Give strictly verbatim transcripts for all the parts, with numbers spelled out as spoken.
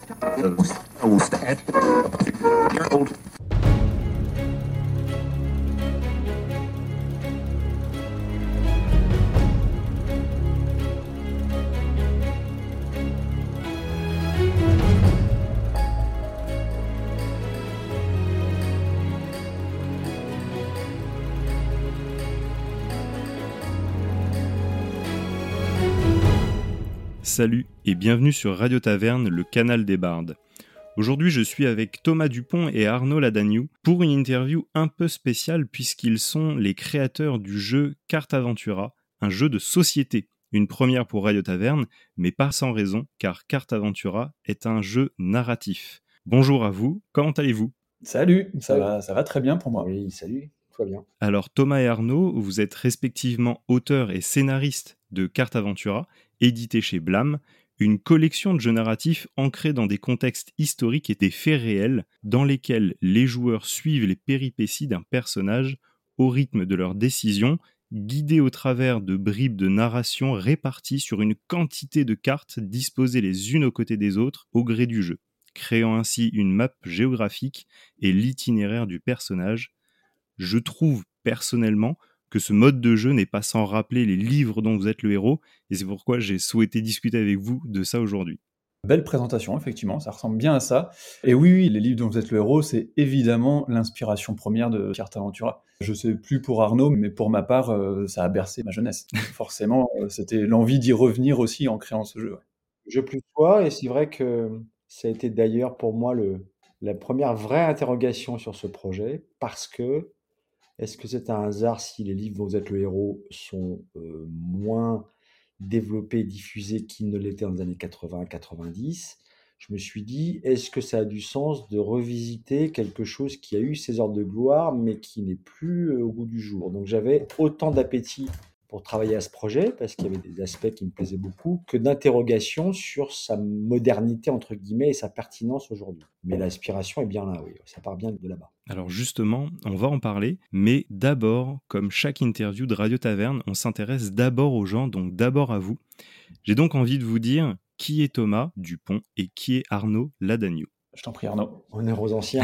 Salut et bienvenue sur Radio Taverne, le canal des bardes. Aujourd'hui, je suis avec Thomas Dupont et Arnaud Ladagnou pour une interview un peu spéciale puisqu'ils sont les créateurs du jeu Cartaventura, un jeu de société. Une première pour Radio Taverne, mais pas sans raison, car Cartaventura est un jeu narratif. Bonjour à vous, comment allez-vous ? Salut, ça va, ça va très bien pour moi. Oui, salut, tout va bien. Alors Thomas et Arnaud, vous êtes respectivement auteurs et scénaristes de Cartaventura, édité chez Blam, une collection de jeux narratifs ancrés dans des contextes historiques et des faits réels, dans lesquels les joueurs suivent les péripéties d'un personnage au rythme de leurs décisions, guidés au travers de bribes de narration réparties sur une quantité de cartes disposées les unes aux côtés des autres au gré du jeu, créant ainsi une map géographique et l'itinéraire du personnage. Je trouve personnellement que ce mode de jeu n'est pas sans rappeler les livres dont vous êtes le héros, et c'est pourquoi j'ai souhaité discuter avec vous de ça aujourd'hui. Belle présentation, effectivement, ça ressemble bien à ça. Et oui, oui, les livres dont vous êtes le héros, c'est évidemment l'inspiration première de Cartaventura. Je sais plus pour Arnaud, mais pour ma part, euh, ça a bercé ma jeunesse. Forcément, euh, c'était l'envie d'y revenir aussi en créant ce jeu. Ouais. Je plus toi, et c'est vrai que ça a été d'ailleurs pour moi le, la première vraie interrogation sur ce projet, parce que est-ce que c'est un hasard si les livres dont vous êtes le héros sont euh, moins développés et diffusés qu'ils ne l'étaient dans les années quatre-vingts quatre-vingt-dix ? Je me suis dit, est-ce que ça a du sens de revisiter quelque chose qui a eu ses heures de gloire, mais qui n'est plus euh, au goût du jour ? Donc j'avais autant d'appétit pour travailler à ce projet, parce qu'il y avait des aspects qui me plaisaient beaucoup, que d'interrogations sur sa modernité, entre guillemets, et sa pertinence aujourd'hui. Mais l'aspiration est bien là, oui, ça part bien de là-bas. Alors justement, on va en parler, mais d'abord, comme chaque interview de Radio Taverne, on s'intéresse d'abord aux gens, donc d'abord à vous. J'ai donc envie de vous dire qui est Thomas Dupont et qui est Arnaud Ladagnou. Je t'en prie Arnaud. Honneur aux anciens.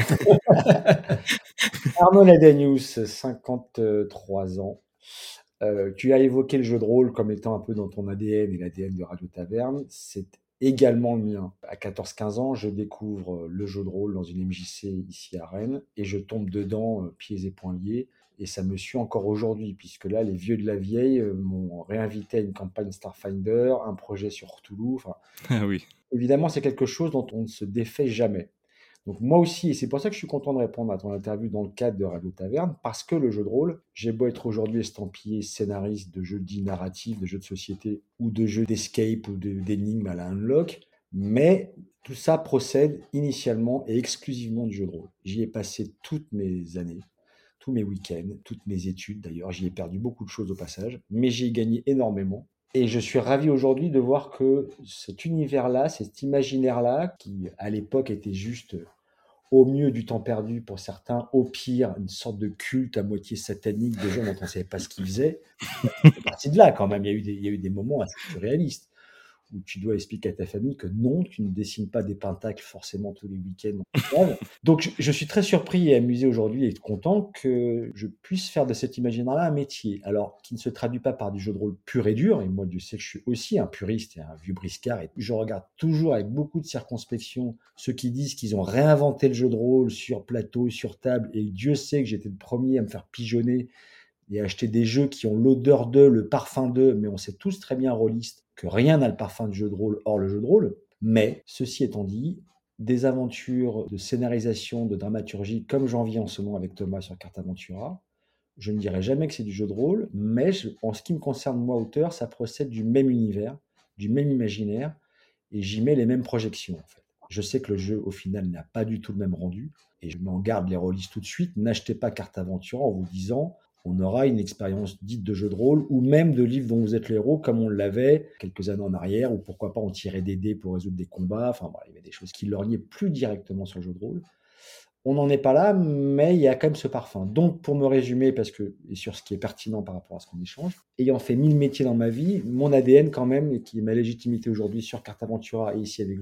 Arnaud Ladagnou, cinquante-trois ans. Euh, tu as évoqué le jeu de rôle comme étant un peu dans ton A D N et l'A D N de Radio Taverne. C'est également le mien. À quatorze quinze ans, je découvre le jeu de rôle dans une M J C ici à Rennes et je tombe dedans euh, pieds et poings liés. Et ça me suit encore aujourd'hui, puisque là, les vieux de la vieille euh, m'ont réinvité à une campagne Starfinder, un projet sur Cthulhu. Enfin, Ah oui. évidemment, c'est quelque chose dont on ne se défait jamais. Donc moi aussi, et c'est pour ça que je suis content de répondre à ton interview dans le cadre de Radio Taverne, parce que le jeu de rôle, j'ai beau être aujourd'hui estampillé scénariste de jeux dits narratifs, de jeux de société, ou de jeux d'escape ou de- d'énigmes à la Unlock, mais tout ça procède initialement et exclusivement du jeu de rôle. J'y ai passé toutes mes années, tous mes week-ends, toutes mes études d'ailleurs, j'y ai perdu beaucoup de choses au passage, mais j'y ai gagné énormément. Et je suis ravi aujourd'hui de voir que cet univers-là, cet imaginaire-là, qui à l'époque était juste au mieux du temps perdu pour certains, au pire une sorte de culte à moitié satanique de gens dont on ne savait pas ce qu'ils faisaient, c'est parti de là quand même. Il y a eu des, il y a eu des moments assez surréalistes où tu dois expliquer à ta famille que non, tu ne dessines pas des pentacles forcément tous les week-ends. Donc je, je suis très surpris et amusé aujourd'hui et content que je puisse faire de cet imaginaire-là un métier. Alors, qui ne se traduit pas par du jeu de rôle pur et dur, et moi Dieu sait que je suis aussi un puriste et un vieux briscard, et je regarde toujours avec beaucoup de circonspection ceux qui disent qu'ils ont réinventé le jeu de rôle sur plateau, sur table, et Dieu sait que j'étais le premier à me faire pigeonner et acheter des jeux qui ont l'odeur d'eux, le parfum d'eux, mais on sait tous très bien, rôlistes, que rien n'a le parfum du jeu de rôle hors le jeu de rôle. Mais, ceci étant dit, des aventures de scénarisation, de dramaturgie, comme j'en vis en ce moment avec Thomas sur Cartaventura, je ne dirais jamais que c'est du jeu de rôle, mais je- en ce qui me concerne, moi, auteur, ça procède du même univers, du même imaginaire, et j'y mets les mêmes projections, en fait. Je sais que le jeu, au final, n'a pas du tout le même rendu, et je m'en garde les rôlistes tout de suite. N'achetez pas Cartaventura en vous disant on aura une expérience dite de jeu de rôle, ou même de livre dont vous êtes le héros, comme on l'avait quelques années en arrière, ou pourquoi pas on tirait des dés pour résoudre des combats. Enfin, voilà, il y avait des choses qui lorgnaient plus directement sur le jeu de rôle. On n'en est pas là, mais il y a quand même ce parfum. Donc, pour me résumer, parce que, et sur ce qui est pertinent par rapport à ce qu'on échange, ayant fait mille métiers dans ma vie, mon A D N quand même, et qui est ma légitimité aujourd'hui sur Cartaventura et ici avec vous,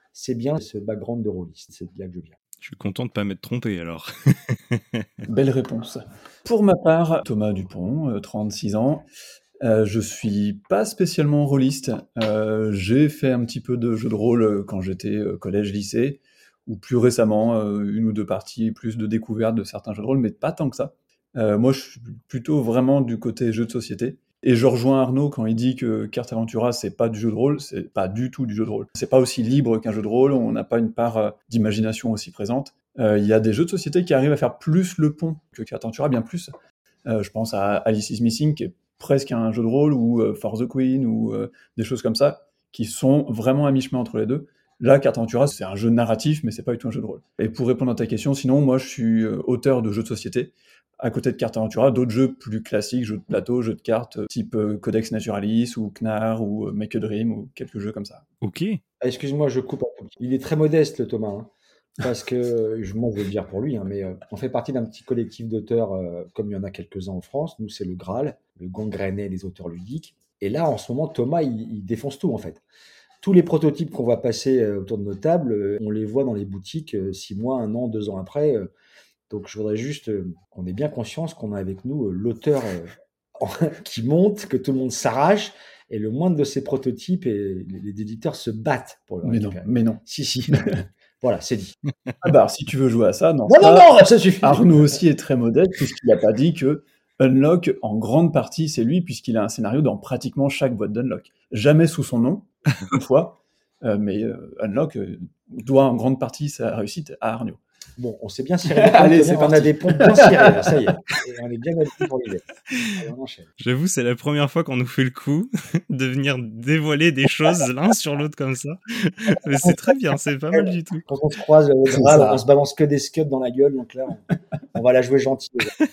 c'est bien ce background de rôliste, c'est de là que je viens. Je suis content de ne pas m'être trompé alors. Belle réponse. Pour ma part, Thomas Dupont, euh, trente-six ans. Euh, je suis pas spécialement rôliste. Euh, j'ai fait un petit peu de jeu de rôle euh, quand j'étais euh, collège-lycée, ou plus récemment, euh, une ou deux parties, plus de découverte de certains jeux de rôle, mais pas tant que ça. Euh, moi, je suis plutôt vraiment du côté jeu de société. Et je rejoins Arnaud quand il dit que Carte Aventura, c'est pas du jeu de rôle, c'est pas du tout du jeu de rôle. C'est pas aussi libre qu'un jeu de rôle, on n'a pas une part euh, d'imagination aussi présente. Euh, Il y a des jeux de société qui arrivent à faire plus le pont que Carte Aventura, bien plus. Euh, je pense à Alice is Missing, qui est presque un jeu de rôle, ou euh, For the Queen, ou euh, des choses comme ça, qui sont vraiment à mi-chemin entre les deux. Là, Carte Aventura, c'est un jeu narratif, mais c'est pas du tout un jeu de rôle. Et pour répondre à ta question, sinon, moi, je suis euh, auteur de jeux de société. À côté de Carte Aventura, d'autres jeux plus classiques, jeux de plateau, jeux de cartes, type euh, Codex Naturalis, ou Knar, ou euh, Make a Dream, ou quelques jeux comme ça. Ok. Ah, excuse-moi, je coupe un peu. Il est très modeste, le Thomas, hein, parce que, je, moi, je vais le dire pour lui, hein, mais euh, on fait partie d'un petit collectif d'auteurs, euh, comme il y en a quelques-uns en France. Nous, c'est le Graal, le gangréné des auteurs ludiques. Et là, en ce moment, Thomas, il, il défonce tout, en fait. Tous les prototypes qu'on va passer euh, autour de nos tables, euh, on les voit dans les boutiques euh, six mois, un an, deux ans après. euh, donc, je voudrais juste euh, qu'on ait bien conscience qu'on a avec nous euh, l'auteur euh, qui monte, que tout le monde s'arrache, et le moindre de ces prototypes, et les, les éditeurs se battent pour le Mais non, récupérer. mais non. Si, si. Voilà, c'est dit. Ah bah, alors, si tu veux jouer à ça, non. Non, non, non, ça suffit. Arnaud aussi est très modeste, puisqu'il n'a pas dit que Unlock, en grande partie, c'est lui, puisqu'il a un scénario dans pratiquement chaque boîte d'Unlock. Jamais sous son nom, une fois, euh, mais euh, Unlock euh, doit en grande partie sa réussite à Arnaud. Bon, on s'est bien serré. Allez, c'est on a parti. des pompes bien serrées, là, ça y est. Et on est bien habitué pour l'hiver. Allez, on enchaîne. J'avoue, c'est la première fois qu'on nous fait le coup de venir dévoiler des choses l'un sur l'autre comme ça. Mais c'est très bien, c'est pas mal du tout. Quand on se croise au C'est Graal, ça. on se balance que des scuds dans la gueule, donc là, on, on va la jouer gentille.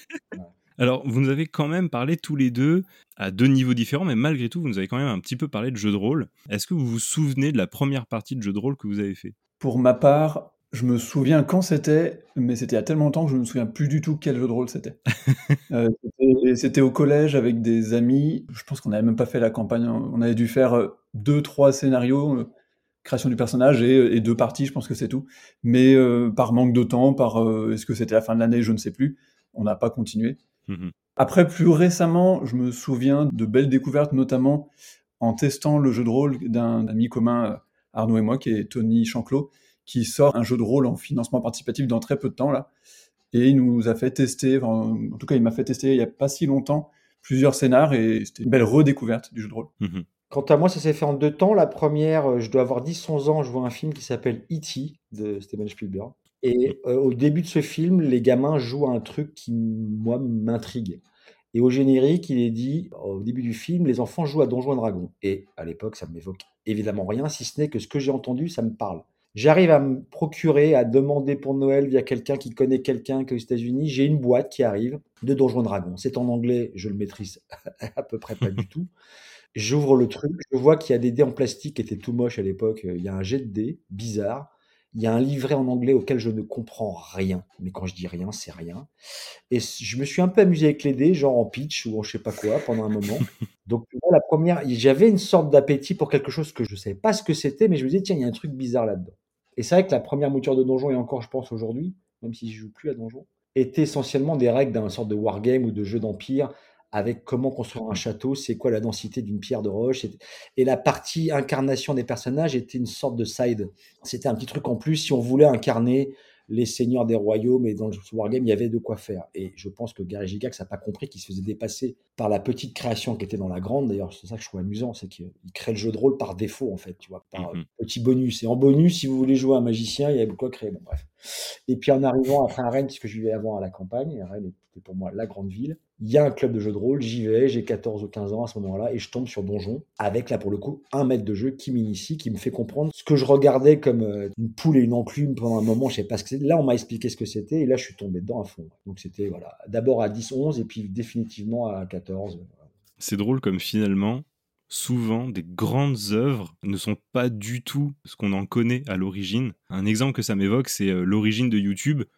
Alors, vous nous avez quand même parlé tous les deux à deux niveaux différents, mais malgré tout, vous nous avez quand même un petit peu parlé de jeu de rôle. Est-ce que vous vous souvenez de la première partie de jeu de rôle que vous avez fait ? Pour ma part, je me souviens quand c'était, mais c'était il y a tellement longtemps que je ne me souviens plus du tout quel jeu de rôle c'était. Euh, c'était, c'était au collège avec des amis. Je pense qu'on n'avait même pas fait la campagne. On avait dû faire euh, deux, trois scénarios, euh, création du personnage et, et deux parties, je pense que c'est tout. Mais euh, par manque de temps, par euh, est-ce que c'était la fin de l'année, je ne sais plus. On n'a pas continué. Mhm. Après, plus récemment, je me souviens de belles découvertes, notamment en testant le jeu de rôle d'un ami commun, euh, Arnaud et moi, qui est Tony Chanclot, qui sort un jeu de rôle en financement participatif dans très peu de temps, là. Et il nous a fait tester, enfin, en tout cas, il m'a fait tester il n'y a pas si longtemps, plusieurs scénars, et c'était une belle redécouverte du jeu de rôle. Mhm. Quant à moi, ça s'est fait en deux temps. La première, euh, je dois avoir dix onze ans, je vois un film qui s'appelle E T de Steven Spielberg. Et euh, au début de ce film, les gamins jouent à un truc qui, moi, m'intrigue. Et au générique, il est dit, au début du film, les enfants jouent à Donjons et Dragons. Et à l'époque, ça ne m'évoque évidemment rien, si ce n'est que ce que j'ai entendu, ça me parle. J'arrive à me procurer, à demander pour Noël via quelqu'un qui connaît quelqu'un qui est aux États-Unis. J'ai une boîte qui arrive de Donjons et Dragons. C'est en anglais, je le maîtrise à peu près pas du tout. J'ouvre le truc, je vois qu'il y a des dés en plastique qui étaient tout moches à l'époque. Il y a un jet de dés bizarre. Il y a un livret en anglais auquel je ne comprends rien. Mais quand je dis rien, c'est rien. Et je me suis un peu amusé avec les dés, genre en pitch ou en je sais pas quoi, pendant un moment. Donc, moi, la première, j'avais une sorte d'appétit pour quelque chose que je ne savais pas ce que c'était, mais je me disais, tiens, il y a un truc bizarre là-dedans. Et c'est vrai que la première mouture de donjon, et encore, je pense, aujourd'hui, même si je joue plus à donjon, était essentiellement des règles d'un sorte de wargame ou de jeu d'empire, avec comment construire un château, c'est quoi la densité d'une pierre de roche. Et, et la partie incarnation des personnages était une sorte de side. C'était un petit truc en plus si on voulait incarner les seigneurs des royaumes, et dans le wargame, il y avait de quoi faire. Et je pense que Gary Gygax n'a pas compris qu'il se faisait dépasser par la petite création qui était dans la grande. D'ailleurs, c'est ça que je trouve amusant, c'est qu'il crée le jeu de rôle par défaut, en fait, tu vois, par Mhm. petit bonus. Et en bonus, si vous voulez jouer à un magicien, il y avait de quoi créer. Bon, bref. Et puis en arrivant après à Rennes, puisque je vivais avant à la campagne, et Rennes était pour moi la grande ville, il y a un club de jeux de rôle, j'y vais, j'ai quatorze ou quinze ans à ce moment-là, et je tombe sur Donjon, avec là pour le coup un maître de jeu qui m'initie, qui me fait comprendre ce que je regardais comme euh, une poule et une enclume pendant un moment, je sais pas ce que c'était. Là, on m'a expliqué ce que c'était, et là, je suis tombé dedans à fond. Donc c'était voilà, d'abord à dix onze, et puis définitivement à quatorze. C'est drôle comme finalement, souvent, des grandes œuvres ne sont pas du tout ce qu'on en connaît à l'origine. Un exemple que ça m'évoque, c'est euh, l'origine de YouTube,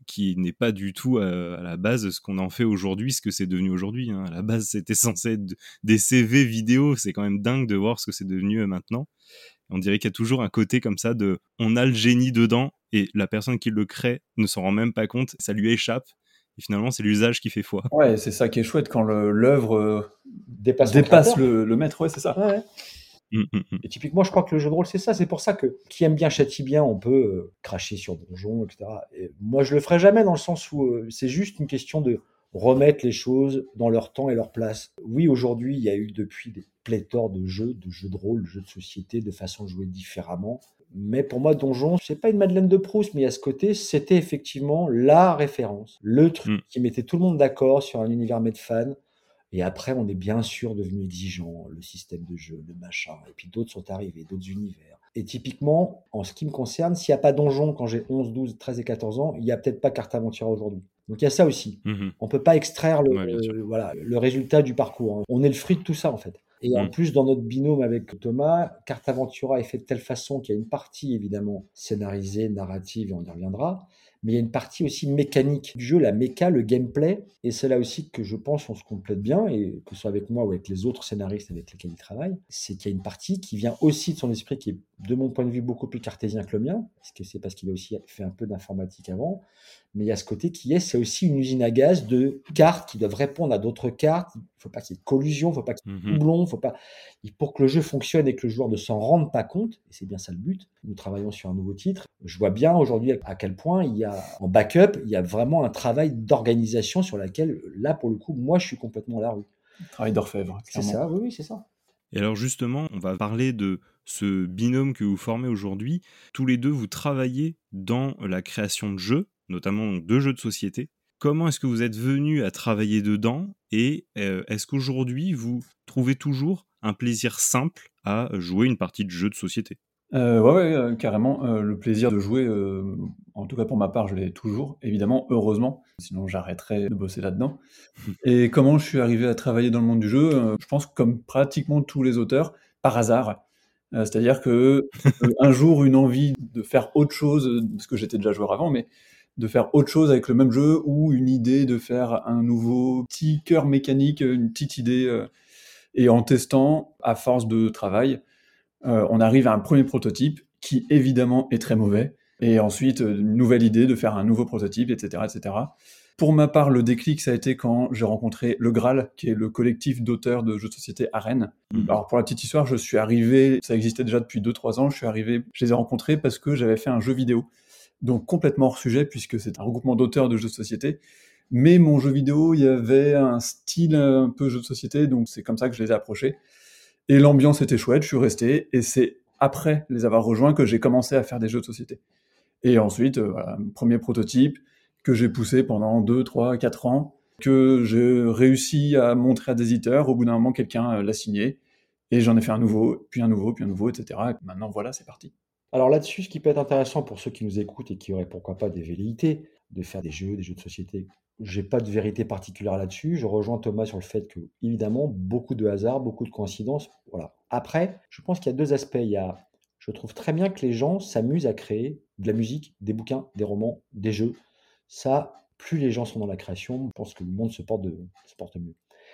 qui n'est pas du tout à, à la base ce qu'on en fait aujourd'hui, ce que c'est devenu aujourd'hui. Hein. À la base, c'était censé être des C V vidéo. C'est quand même dingue de voir ce que c'est devenu maintenant. On dirait qu'il y a toujours un côté comme ça de on a le génie dedans et la personne qui le crée ne s'en rend même pas compte, ça lui échappe et finalement c'est l'usage qui fait foi. Ouais, c'est ça qui est chouette quand le, l'œuvre euh, Dépasse, dépasse le, le maître, ouais, c'est ça. Ouais, ouais. Mmh, mmh, mmh. Et typiquement, je crois que le jeu de rôle, c'est ça. C'est pour ça que qui aime bien châtie bien, on peut euh, cracher sur Donjon, et cetera. Et moi, je le ferai jamais dans le sens où euh, c'est juste une question de remettre les choses dans leur temps et leur place. Oui, aujourd'hui, il y a eu depuis des pléthores de jeux, de jeux de rôle, de jeux de société, de façon de jouer différemment. Mais pour moi, Donjon, c'est pas une Madeleine de Proust, mais à ce côté, c'était effectivement la référence, le truc Mm. qui mettait tout le monde d'accord sur un univers made fan. Et après, on est bien sûr devenu exigeant, le système de jeu, le machin. Et puis d'autres sont arrivés, d'autres univers. Et typiquement, en ce qui me concerne, s'il n'y a pas Donjon quand j'ai onze, douze, treize et quatorze ans, il n'y a peut-être pas Carte Aventura aujourd'hui. Donc il y a ça aussi. Mhm. On ne peut pas extraire le, Ouais, bien sûr. euh, voilà, le résultat du parcours. Hein. On est le fruit de tout ça, en fait. Et en Mm. plus, dans notre binôme avec Thomas, Carte Aventura est fait de telle façon qu'il y a une partie, évidemment, scénarisée, narrative, et on y reviendra. Mais il y a une partie aussi mécanique du jeu, la méca, le gameplay. Et c'est là aussi que je pense on se complète bien, et que ce soit avec moi ou avec les autres scénaristes avec lesquels il travaille, c'est qu'il y a une partie qui vient aussi de son esprit, qui est, de mon point de vue, beaucoup plus cartésien que le mien, parce que c'est parce qu'il a aussi fait un peu d'informatique avant. Mais il y a ce côté qui est, c'est aussi une usine à gaz de cartes qui doivent répondre à d'autres cartes. Il ne faut pas qu'il y ait de collusion, il ne faut pas qu'il y ait de Mhm. doublons, faut pas... Et pour que le jeu fonctionne et que le joueur ne s'en rende pas compte, et c'est bien ça le but, nous travaillons sur un nouveau titre, je vois bien aujourd'hui à quel point il y a, en backup, il y a vraiment un travail d'organisation sur laquelle, là, pour le coup, moi, je suis complètement à la rue. Travail d'orfèvre, C'est clairement. ça, oui, oui, c'est ça. Et alors justement, on va parler de ce binôme que vous formez aujourd'hui. Tous les deux, vous travaillez dans la création de jeux, notamment de jeux de société. Comment est-ce que vous êtes venus à travailler dedans et euh, est-ce qu'aujourd'hui, vous trouvez toujours un plaisir simple à jouer une partie de jeu de société ? Euh, ouais, ouais, euh, carrément. Euh, le plaisir de jouer, euh, en tout cas pour ma part, je l'ai toujours, évidemment, heureusement, sinon j'arrêterais de bosser là-dedans. Et comment je suis arrivé à travailler dans le monde du jeu? Euh, je pense comme pratiquement tous les auteurs, par hasard. Euh, c'est-à-dire que euh, un jour, une envie de faire autre chose, euh, parce que j'étais déjà joueur avant, mais de faire autre chose avec le même jeu, ou une idée de faire un nouveau petit cœur mécanique, une petite idée, euh, et en testant, à force de travail, euh, on arrive à un premier prototype qui évidemment est très mauvais, et ensuite euh, une nouvelle idée de faire un nouveau prototype, et cetera, et cetera. Pour ma part, le déclic, ça a été quand j'ai rencontré le Graal, qui est le collectif d'auteurs de jeux de société à Rennes. Mhm. Alors pour la petite histoire, je suis arrivé, ça existait déjà depuis deux trois ans, je suis arrivé, je les ai rencontrés parce que j'avais fait un jeu vidéo, donc complètement hors sujet puisque c'est un regroupement d'auteurs de jeux de société. Mais mon jeu vidéo, il y avait un style un peu jeu de société, donc c'est comme ça que je les ai approchés. Et l'ambiance était chouette, je suis resté, et c'est après les avoir rejoints que j'ai commencé à faire des jeux de société. Et ensuite, euh, voilà, premier prototype que j'ai poussé pendant deux, trois, quatre ans, que j'ai réussi à montrer à des éditeurs. Au bout d'un moment, quelqu'un euh, l'a signé, et j'en ai fait un nouveau, puis un nouveau, puis un nouveau, et cetera. Et maintenant, voilà, c'est parti. Alors là-dessus, ce qui peut être intéressant pour ceux qui nous écoutent et qui auraient pourquoi pas des velléités de faire des jeux, des jeux de société, j'ai pas de vérité particulière là-dessus. Je rejoins Thomas sur le fait que, évidemment, beaucoup de hasard, beaucoup de coïncidences. Voilà. Après, je pense qu'il y a deux aspects. Il y a, je trouve très bien que les gens s'amusent à créer de la musique, des bouquins, des romans, des jeux. Ça, plus les gens sont dans la création, je pense que le monde se porte, de, se porte mieux.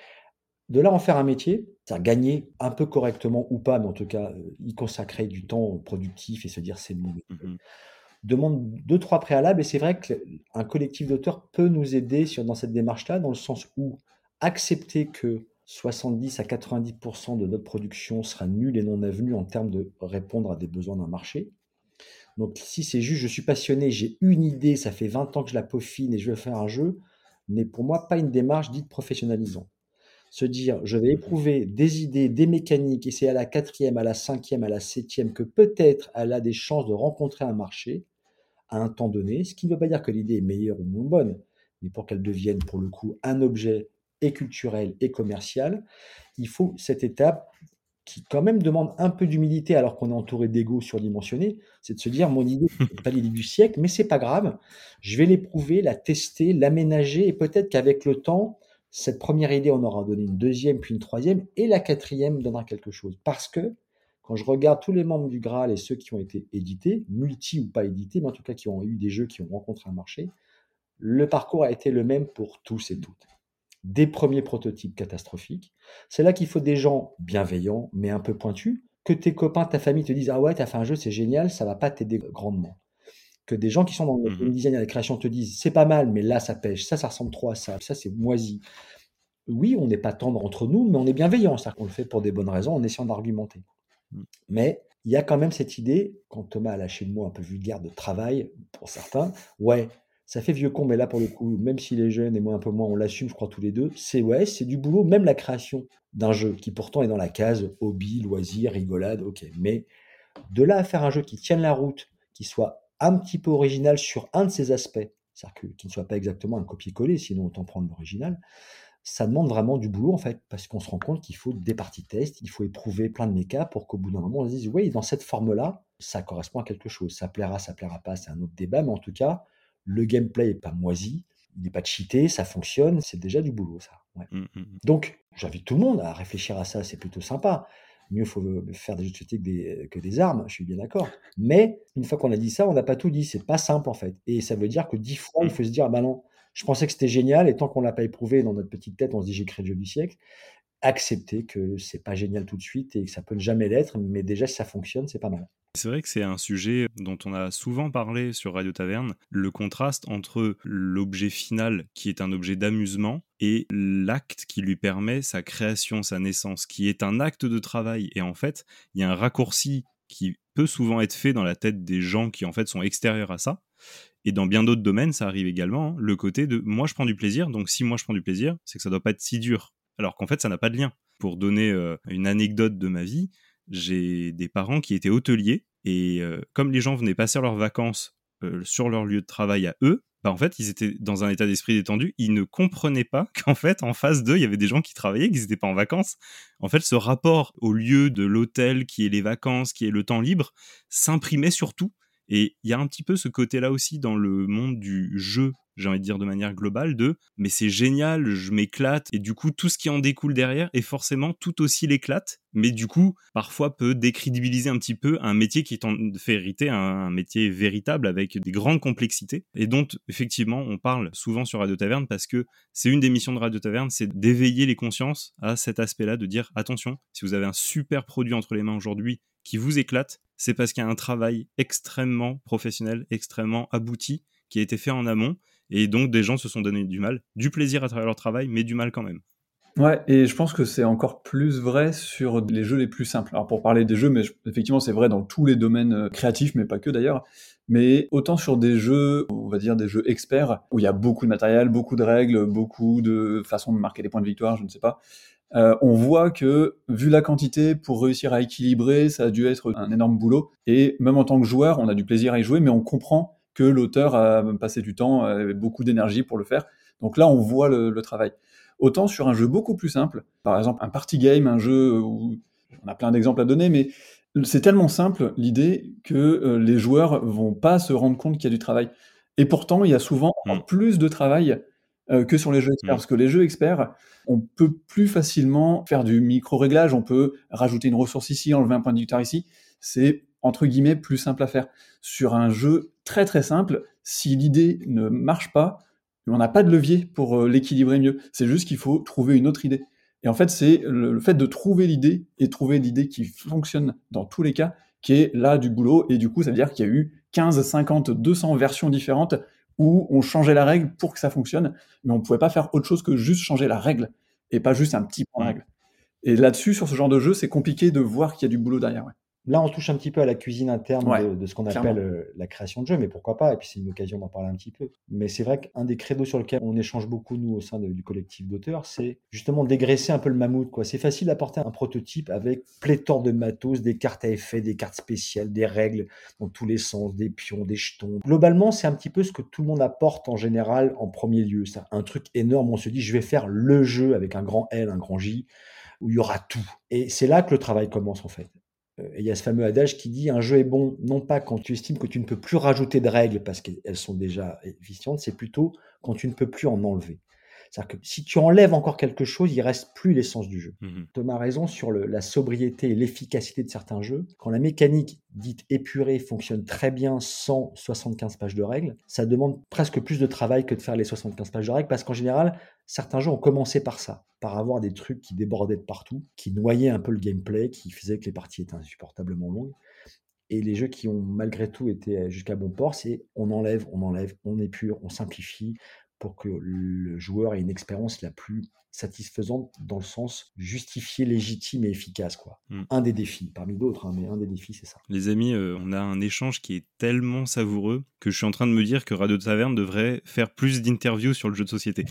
De là en faire un métier, c'est gagner un peu correctement ou pas, mais en tout cas, euh, y consacrer du temps productif et se dire c'est mon métier, Mhm. demande deux, trois préalables. Et c'est vrai qu'un collectif d'auteurs peut nous aider sur, dans cette démarche-là, dans le sens où accepter que soixante-dix à quatre-vingt-dix pour cent de notre production sera nulle et non avenue en termes de répondre à des besoins d'un marché. Donc si c'est juste je suis passionné, j'ai une idée, ça fait vingt ans que je la peaufine et je veux faire un jeu, n'est pour moi pas une démarche dite professionnalisante. Se dire, je vais éprouver des idées, des mécaniques, et c'est à la quatrième, à la cinquième, à la septième que peut-être elle a des chances de rencontrer un marché à un temps donné, ce qui ne veut pas dire que l'idée est meilleure ou moins bonne, mais pour qu'elle devienne pour le coup un objet et culturel et commercial, il faut cette étape qui quand même demande un peu d'humilité alors qu'on est entouré d'égos surdimensionnés, c'est de se dire mon idée, c'est pas l'idée du siècle, mais c'est pas grave, je vais l'éprouver, la tester, l'aménager, et peut-être qu'avec le temps, cette première idée, on aura donné une deuxième, puis une troisième, et la quatrième donnera quelque chose. Parce que quand je regarde tous les membres du Graal et ceux qui ont été édités, multi ou pas édités, mais en tout cas qui ont eu des jeux qui ont rencontré un marché, Le parcours a été le même pour tous et toutes. Des premiers prototypes catastrophiques. C'est là qu'il faut des gens bienveillants, mais un peu pointus. Que tes copains, ta famille te disent « Ah ouais, t'as fait un jeu, c'est génial », ça va pas t'aider grandement. Que des gens qui sont dans le game Mhm. design et la création te disent « C'est pas mal, mais là, ça pêche, ça, ça ressemble trop à ça, ça, c'est moisi ». Oui, on n'est pas tendre entre nous, mais on est bienveillant. C'est-à-dire qu'on le fait pour des bonnes raisons, en essayant d'argumenter. Mm. Mais il y a quand même cette idée, quand Thomas a lâché le mot un peu vulgaire de travail, pour certains, ouais, ça fait vieux con, mais là, pour le coup, même s'il est jeune et moi un peu moins, on l'assume, je crois, tous les deux, c'est ouais, c'est du boulot, même la création d'un jeu, qui pourtant est dans la case hobby, loisir, rigolade, ok. Mais de là à faire un jeu qui tienne la route, qui soit un petit peu original sur un de ses aspects, c'est-à-dire que, qui ne soit pas exactement un copier-coller, sinon autant prendre l'original, ça demande vraiment du boulot en fait, parce qu'on se rend compte qu'il faut des parties tests, il faut éprouver plein de mécas pour qu'au bout d'un moment on se dise oui, dans cette forme-là, ça correspond à quelque chose. Ça plaira, ça plaira pas, c'est un autre débat, mais en tout cas, le gameplay est pas moisi, il n'est pas cheaté, ça fonctionne, c'est déjà du boulot ça. Ouais. Mm, mm. Donc, j'invite tout le monde à réfléchir à ça, c'est plutôt sympa. Mieux faut faire des jeux de société que des, que des armes, je suis bien d'accord. Mais une fois qu'on a dit ça, on n'a pas tout dit, c'est pas simple en fait. Et ça veut dire que dix fois, il faut se dire, ah bah non, je pensais que c'était génial, et tant qu'on l'a pas éprouvé dans notre petite tête, on se dit j'ai créé le jeu du siècle. Accepter que c'est pas génial tout de suite et que ça peut ne jamais l'être, mais déjà si ça fonctionne, c'est pas mal. C'est vrai que c'est un sujet dont on a souvent parlé sur Radio Taverne, le contraste entre l'objet final qui est un objet d'amusement et l'acte qui lui permet sa création, sa naissance, qui est un acte de travail. Et en fait, il y a un raccourci qui peut souvent être fait dans la tête des gens qui en fait sont extérieurs à ça. Et dans bien d'autres domaines, ça arrive également, hein, le côté de moi je prends du plaisir, donc si moi je prends du plaisir, c'est que ça doit pas être si dur. Alors qu'en fait, ça n'a pas de lien. Pour donner euh, une anecdote de ma vie, j'ai des parents qui étaient hôteliers, et euh, comme les gens venaient passer leurs vacances euh, sur leur lieu de travail à eux, bah en fait, ils étaient dans un état d'esprit détendu, ils ne comprenaient pas qu'en fait, en face d'eux, il y avait des gens qui travaillaient, qu'ils n'étaient pas en vacances. En fait, ce rapport au lieu de l'hôtel, qui est les vacances, qui est le temps libre, s'imprimait sur tout. Et il y a un petit peu ce côté-là aussi dans le monde du jeu, j'ai envie de dire de manière globale, de « mais c'est génial, je m'éclate », et du coup, tout ce qui en découle derrière est forcément tout aussi l'éclate, mais du coup, parfois peut décrédibiliser un petit peu un métier qui t'en fait hériter, un, un métier véritable avec des grandes complexités, et dont, effectivement, on parle souvent sur Radio Taverne, parce que c'est une des missions de Radio Taverne, c'est d'éveiller les consciences à cet aspect-là, de dire « attention, si vous avez un super produit entre les mains aujourd'hui, qui vous éclate, c'est parce qu'il y a un travail extrêmement professionnel, extrêmement abouti, qui a été fait en amont, et donc des gens se sont donné du mal, du plaisir à travers leur travail, mais du mal quand même. » Ouais, et je pense que c'est encore plus vrai sur les jeux les plus simples. Alors pour parler des jeux, mais je- effectivement c'est vrai dans tous les domaines euh, créatifs, mais pas que d'ailleurs, mais autant sur des jeux, on va dire des jeux experts, où il y a beaucoup de matériel, beaucoup de règles, beaucoup de façons de marquer des points de victoire, je ne sais pas, euh, on voit que, vu la quantité, pour réussir à équilibrer, ça a dû être un énorme boulot. Et même en tant que joueur, on a du plaisir à y jouer, mais on comprend que l'auteur a passé du temps, avait beaucoup d'énergie pour le faire. Donc là, on voit le, le travail. Autant sur un jeu beaucoup plus simple, par exemple un party game, un jeu où on a plein d'exemples à donner, mais c'est tellement simple l'idée que euh, les joueurs vont pas se rendre compte qu'il y a du travail. Et pourtant, il y a souvent Mm. encore plus de travail euh, que sur les jeux experts, Mm. parce que les jeux experts, on peut plus facilement faire du micro-réglage, on peut rajouter une ressource ici, enlever un point de victoire ici, c'est entre guillemets plus simple à faire. Sur un jeu très très simple, si l'idée ne marche pas, on n'a pas de levier pour euh, l'équilibrer mieux, c'est juste qu'il faut trouver une autre idée. Et en fait, c'est le, le fait de trouver l'idée, et trouver l'idée qui fonctionne dans tous les cas, qui est là du boulot, et du coup, ça veut dire qu'il y a eu quinze, cinquante, deux cents versions différentes où on changeait la règle pour que ça fonctionne, mais on pouvait pas faire autre chose que juste changer la règle, et pas juste un petit point de Mm. règle. Et là-dessus, sur ce genre de jeu, c'est compliqué de voir qu'il y a du boulot derrière. Ouais, Là, on touche un petit peu à la cuisine interne ouais de, de ce qu'on clairement. appelle euh, la création de jeu, mais pourquoi pas? Et puis c'est une occasion d'en parler un petit peu. Mais c'est vrai qu'un des credos sur lequel on échange beaucoup, nous, au sein de- du collectif d'auteurs, c'est justement dégraisser un peu le mammouth, quoi. C'est facile d'apporter un prototype avec pléthore de matos, des cartes à effet, des cartes spéciales, des règles dans tous les sens, des pions, des jetons. Globalement, c'est un petit peu ce que tout le monde apporte en général en premier lieu. C'est un truc énorme. On se dit, je vais faire le jeu avec un grand L, un grand J, où il y aura tout. Et c'est là que le travail commence, en fait. Euh, Et il y a ce fameux adage qui dit un jeu est bon non pas quand tu estimes que tu ne peux plus rajouter de règles parce qu'elles sont déjà efficientes, c'est plutôt quand tu ne peux plus en enlever. C'est-à-dire que si tu enlèves encore quelque chose, il reste plus l'essence du jeu. Mhm. Thomas a raison sur le- la sobriété et l'efficacité de certains jeux. Quand la mécanique dite épurée fonctionne très bien sans soixante-quinze pages de règles, ça demande presque plus de travail que de faire les soixante-quinze pages de règles, parce qu'en général, certains jeux ont commencé par ça, par avoir des trucs qui débordaient de partout, qui noyaient un peu le gameplay, qui faisaient que les parties étaient insupportablement longues. Et les jeux qui ont malgré tout été jusqu'à bon port, c'est on enlève, on enlève, on épure, on simplifie pour que le joueur ait une expérience la plus satisfaisante dans le sens justifié, légitime et efficace, quoi. Mm. Un des défis, parmi d'autres, hein, mais un des défis, c'est ça. Les amis, euh, on a un échange qui est tellement savoureux que je suis en train de me dire que Radio Taverne devrait faire plus d'interviews sur le jeu de société.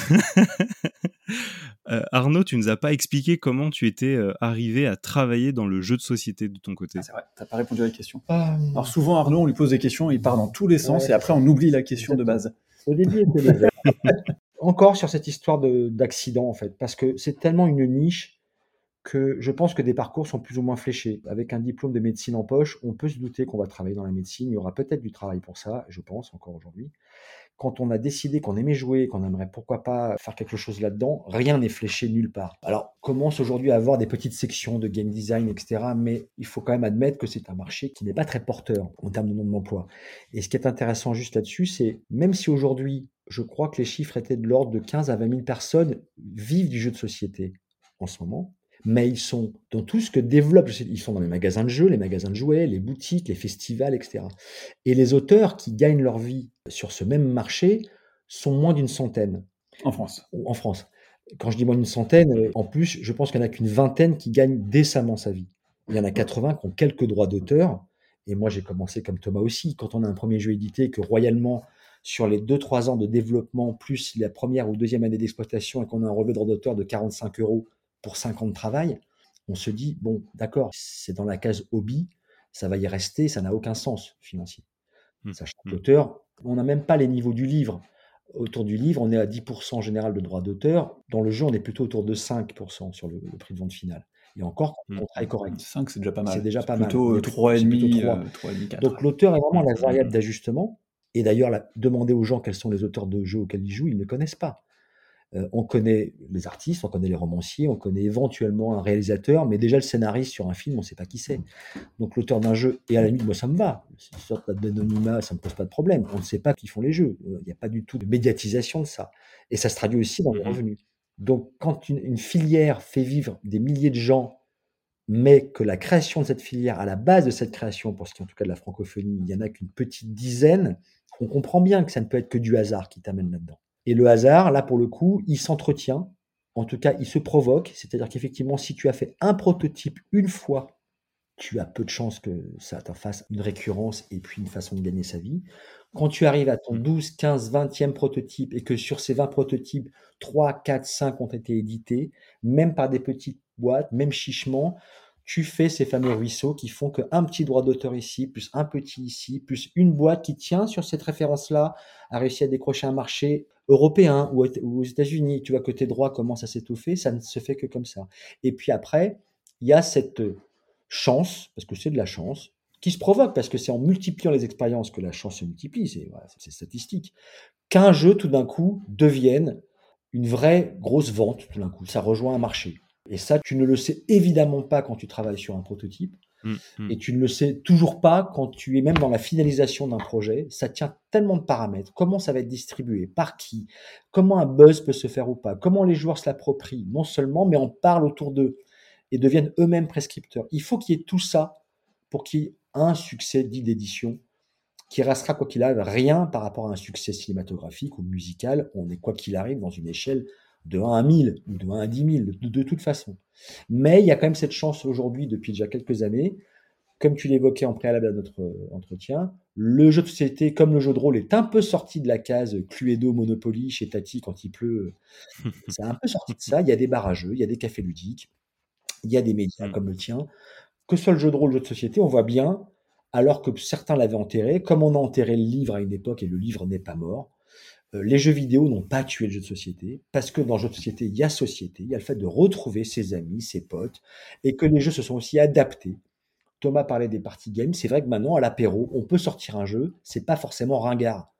euh, Arnaud, tu nous as pas expliqué comment tu étais euh, arrivé à travailler dans le jeu de société de ton côté. Ah, c'est vrai, t'as pas répondu à la question. Euh, Alors souvent, Arnaud, on lui pose des questions, il part dans tous les sens, Ouais, et c'est après ça. on oublie la question de Exactement. base. Au début, c'était les Encore sur cette histoire de- d'accident, en fait, parce que c'est tellement une niche que je pense que des parcours sont plus ou moins fléchés. Avec un diplôme de médecine en poche, on peut se douter qu'on va travailler dans la médecine. Il y aura peut-être du travail pour ça, je pense, encore aujourd'hui. Quand on a décidé qu'on aimait jouer, qu'on aimerait pourquoi pas faire quelque chose là-dedans, rien n'est fléché nulle part. Alors, on commence aujourd'hui à avoir des petites sections de game design, et cetera. Mais il faut quand même admettre que c'est un marché qui n'est pas très porteur en termes de nombre d'emplois. Et ce qui est intéressant juste là-dessus, c'est même si aujourd'hui, je crois que les chiffres étaient de l'ordre de quinze à vingt mille personnes vivent du jeu de société en ce moment, mais ils sont dans tout ce que développe, ils sont dans les magasins de jeux, les magasins de jouets, les boutiques, les festivals, et cetera. Et les auteurs qui gagnent leur vie sur ce même marché sont moins d'une centaine En France. en France. Quand je dis moins d'une centaine, euh, en plus, je pense qu'il n'y en a qu'une vingtaine qui gagnent décemment sa vie. Il y en a quatre-vingts qui ont quelques droits d'auteur. Et moi, j'ai commencé comme Thomas aussi. Quand on a un premier jeu édité, que royalement, sur les deux trois ans de développement, plus la première ou deuxième année d'exploitation, et qu'on a un relevé de droit d'auteur de quarante-cinq euros pour cinq ans de travail, on se dit, bon, d'accord, c'est dans la case hobby, ça va y rester, ça n'a aucun sens financier. Mm. Sachant que Mm. l'auteur, on n'a même pas les niveaux du livre. Autour du livre, on est à dix pour cent en général de droits d'auteur. Dans le jeu, on est plutôt autour de cinq pour cent sur le, le prix de vente final. Et encore, quand le Mm. contrat est correct. cinq, c'est déjà pas C'est mal. déjà C'est pas mal. plutôt On euh, est plutôt- trois c'est plutôt virgule cinq, trois. euh, trois virgule cinq, quatre. Donc l'auteur est vraiment Mm. la variable Mm. d'ajustement. Et d'ailleurs, la- demander aux gens quels sont les auteurs de jeux auxquels ils jouent, ils ne connaissent pas. Euh, on connaît les artistes, on connaît les romanciers, on connaît éventuellement un réalisateur, mais déjà le scénariste sur un film, on ne sait pas qui c'est. Donc l'auteur d'un jeu, et à la limite, moi ça me va, c'est une sorte d'anonymat, ça ne me pose pas de problème. On ne sait pas qui font les jeux, il n'y a pas du tout de médiatisation de ça. Et ça se traduit aussi dans les Mhm. revenus. Donc quand une, une filière fait vivre des milliers de gens, mais que la création de cette filière, à la base de cette création, pour ce qui est en tout cas de la francophonie, il n'y en a qu'une petite dizaine, on comprend bien que ça ne peut être que du hasard qui t'amène là-dedans. Et le hasard, là pour le coup, il s'entretient, en tout cas il se provoque, c'est-à-dire qu'effectivement, si tu as fait un prototype une fois, tu as peu de chances que ça t'en fasse une récurrence et puis une façon de gagner sa vie. Quand tu arrives à ton Mm. douze, quinze, vingtième prototype et que sur ces vingt prototypes, trois, quatre, cinq ont été édités, même par des petites boîtes, même chichement, tu fais ces fameux ruisseaux qui font qu'un petit droit d'auteur ici, plus un petit ici, plus une boîte qui tient sur cette référence-là, a réussi à décrocher un marché européen ou aux États-Unis. Tu vois que tes droits commencent à s'étoffer, ça ne se fait que comme ça. Et puis après, il y a cette chance, parce que c'est de la chance, qui se provoque, parce que c'est en multipliant les expériences que la chance se multiplie, c'est voilà, c'est statistique, qu'un jeu, tout d'un coup, devienne une vraie grosse vente, tout d'un coup. Ça rejoint un marché. Et ça, tu ne le sais évidemment pas quand tu travailles sur un prototype, Mm. Mm. et tu ne le sais toujours pas quand tu es même dans la finalisation d'un projet. Ça tient tellement de paramètres. Comment ça va être distribué, par qui, comment un buzz peut se faire ou pas, comment les joueurs se l'approprient, non seulement, mais en parlent autour d'eux et deviennent eux-mêmes prescripteurs. Il faut qu'il y ait tout ça pour qu'il y ait un succès dit d'édition qui restera, quoi qu'il arrive, rien par rapport à un succès cinématographique ou musical. On est, quoi qu'il arrive, dans une échelle de un à mille ou de un à dix mille, de, de toute façon. Mais il y a quand même cette chance aujourd'hui, depuis déjà quelques années, comme tu l'évoquais en préalable à notre euh, entretien, le jeu de société, comme le jeu de rôle, est un peu sorti de la case Cluedo, Monopoly chez Tati quand il pleut. C'est un peu sorti de ça. Il y a des bars à jeux, il y a des cafés ludiques, il y a des médias Mm. comme le tien. Que ce soit le jeu de rôle, le jeu de société, on voit bien, alors que certains l'avaient enterré, comme on a enterré le livre à une époque et le livre n'est pas mort, euh, les jeux vidéo n'ont pas tué le jeu de société, parce que dans le jeu de société, il y a société, il y a le fait de retrouver ses amis, ses potes, et que les jeux se sont aussi adaptés. Thomas parlait des party games, c'est vrai que maintenant, à l'apéro, on peut sortir un jeu, c'est pas forcément ringard.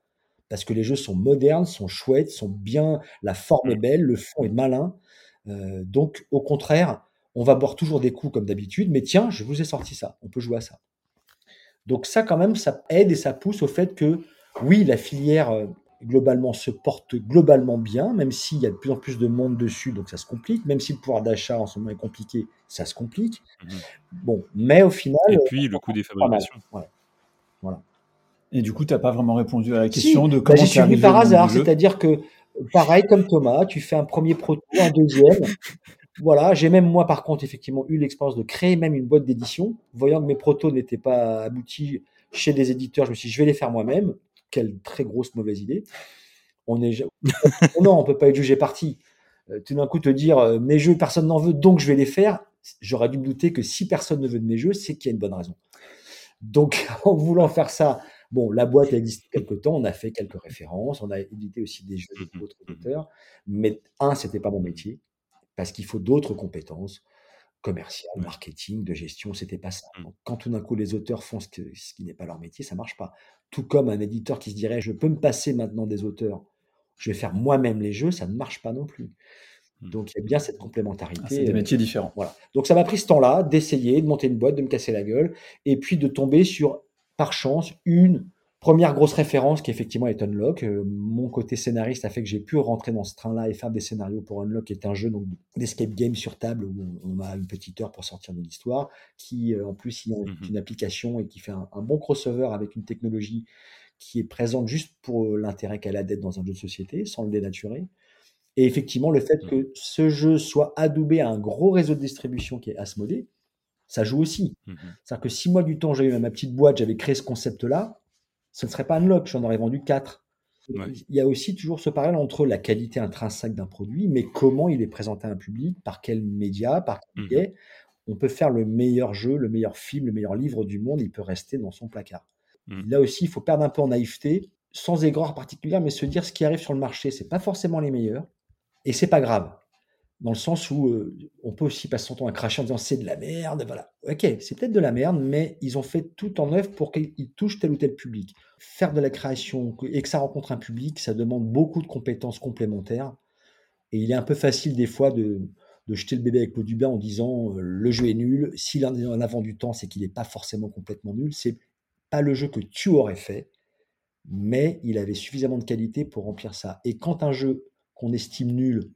parce que les jeux sont modernes, sont chouettes, sont bien, la forme est Mmh. belle, le fond est malin. Euh, donc, au contraire, on va boire toujours des coups comme d'habitude, mais tiens, je vous ai sorti ça, on peut jouer à ça. Donc ça, quand même, ça aide et ça pousse au fait que, oui, la filière, euh, globalement, se porte globalement bien, même s'il y a de plus en plus de monde dessus, donc ça se complique, même si le pouvoir d'achat en ce moment est compliqué, ça se complique. Mmh. Bon, mais au final, Et euh, puis le coût des pas mal. fabrications. Ouais, voilà. Et du coup, tu n'as pas vraiment répondu à la Si, question de bah, comment j'y tu es suis venu arrivé par au monde du hasard, jeu. c'est-à-dire que, pareil, comme Thomas, tu fais un premier proto, un deuxième. Voilà, j'ai même moi par contre effectivement eu l'expérience de créer même une boîte d'édition, voyant que mes protos n'étaient pas aboutis chez des éditeurs, je me suis dit je vais les faire moi-même. Quelle très grosse mauvaise idée. On est ja- non, on peut pas être jugé parti. Euh, tout d'un coup te dire euh, mes jeux personne n'en veut donc je vais les faire. J'aurais dû me douter que si personne ne veut de mes jeux, c'est qu'il y a une bonne raison. Donc en voulant faire ça, bon, la boîte a existé quelque temps, on a fait quelques références, on a édité aussi des jeux Mmh. d'autres Mmh. auteurs, mais un, c'était pas mon métier parce qu'il faut d'autres compétences commercial, Ouais. marketing, de gestion, c'était pas ça. Mmh. Donc, quand tout d'un coup les auteurs font ce, que- ce qui n'est pas leur métier, ça marche pas. Tout comme un éditeur qui se dirait je peux me passer maintenant des auteurs, je vais faire moi-même les jeux, ça ne marche pas non plus. Mmh. Donc il y a bien cette Ah, c'est complémentarité. des euh, métiers différents. voilà. Donc ça m'a pris ce temps-là d'essayer, de monter une boîte, de me casser la gueule, et puis de tomber sur, par chance, une première grosse référence qui effectivement est Unlock. Euh, mon côté scénariste a fait que j'ai pu rentrer dans ce train-là et faire des scénarios pour Unlock, qui est un jeu donc d'escape game sur table où on, on a une petite heure pour sortir de l'histoire, qui euh, en plus il y a Mmh. une application et qui fait un, un bon crossover avec une technologie qui est présente juste pour euh, l'intérêt qu'elle a d'être dans un jeu de société, sans le dénaturer. Et effectivement, le fait Mmh. que ce jeu soit adoubé à un gros réseau de distribution qui est Asmodée, ça joue aussi. Mmh. C'est-à-dire que si moi, du temps, j'ai eu ma petite boîte, j'avais créé ce concept-là, ce ne serait pas Unlock, j'en aurais vendu quatre. Ouais. Il y a aussi toujours ce parallèle entre la qualité intrinsèque d'un produit, mais comment il est présenté à un public, par quel média, par quel Mmh. biais. On peut faire le meilleur jeu, le meilleur film, le meilleur livre du monde, il peut rester dans son placard. Mmh. Là aussi, il faut perdre un peu en naïveté, sans aigreur particulière, mais se dire ce qui arrive sur le marché, c'est pas forcément les meilleurs, et c'est pas grave. Dans le sens où euh, on peut aussi passer son temps à cracher en disant c'est de la merde, voilà. Ok, c'est peut-être de la merde, mais ils ont fait tout en œuvre pour qu'ils touchent tel ou tel public. Faire de la création et que ça rencontre un public, ça demande beaucoup de compétences complémentaires. Et il est un peu facile des fois de, de jeter le bébé avec l'eau du bain en disant euh, le jeu est nul. S'il en a avant du temps, c'est qu'il n'est pas forcément complètement nul. C'est pas le jeu que tu aurais fait, mais il avait suffisamment de qualité pour remplir ça. Et quand un jeu qu'on estime nul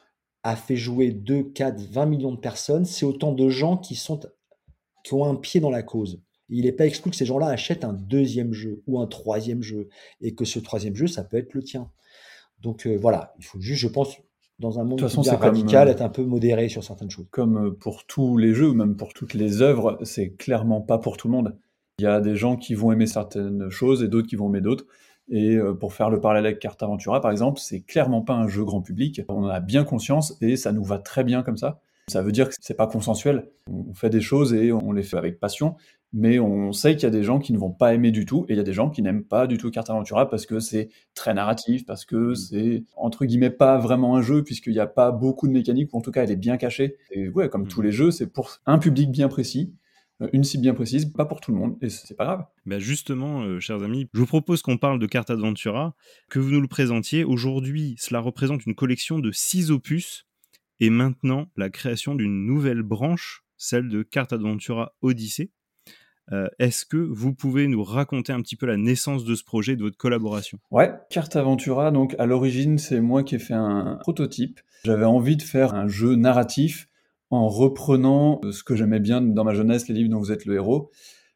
a fait jouer deux, quatre, vingt millions de personnes, c'est autant de gens qui, sont, qui ont un pied dans la cause. Il n'est pas exclu que ces gens-là achètent un deuxième jeu ou un troisième jeu, et que ce troisième jeu, ça peut être le tien. Donc euh, voilà, il faut juste, je pense, dans un De monde toute qui façon, devient c'est comme, radical, euh, être un peu modéré sur certaines choses. comme pour tous les jeux, ou même pour toutes les œuvres, c'est clairement pas pour tout le monde. Il y a des gens qui vont aimer certaines choses et d'autres qui vont aimer d'autres. Et euh, pour faire le parallèle avec Carte Aventura, par exemple, c'est clairement pas un jeu grand public. On en a bien conscience et ça nous va très bien comme ça. Ça veut dire que c'est pas consensuel. On fait des choses et on les fait avec passion, mais on sait qu'il y a des gens qui ne vont pas aimer du tout, et il y a des gens qui n'aiment pas du tout Carte Aventura parce que c'est très narratif, parce que c'est, entre guillemets, pas vraiment un jeu, puisqu'il n'y a pas beaucoup de mécaniques, ou en tout cas, elle est bien cachée. Et ouais, comme tous Mmh. les jeux, c'est pour un public bien précis, euh, une cible bien précise, pas pour tout le monde, et c'est pas grave. Bah justement, euh, chers amis, je vous propose qu'on parle de Carte Adventura, que vous nous le présentiez. Aujourd'hui, cela représente une collection de six opus, et maintenant la création d'une nouvelle branche, celle de Carte Adventura Odyssey. Euh, est-ce que vous pouvez nous raconter un petit peu la naissance de ce projet, de votre collaboration ? Ouais, Carte Aventura, donc à l'origine, c'est moi qui ai fait un prototype. J'avais envie de faire un jeu narratif en reprenant ce que j'aimais bien dans ma jeunesse, les livres dont vous êtes le héros,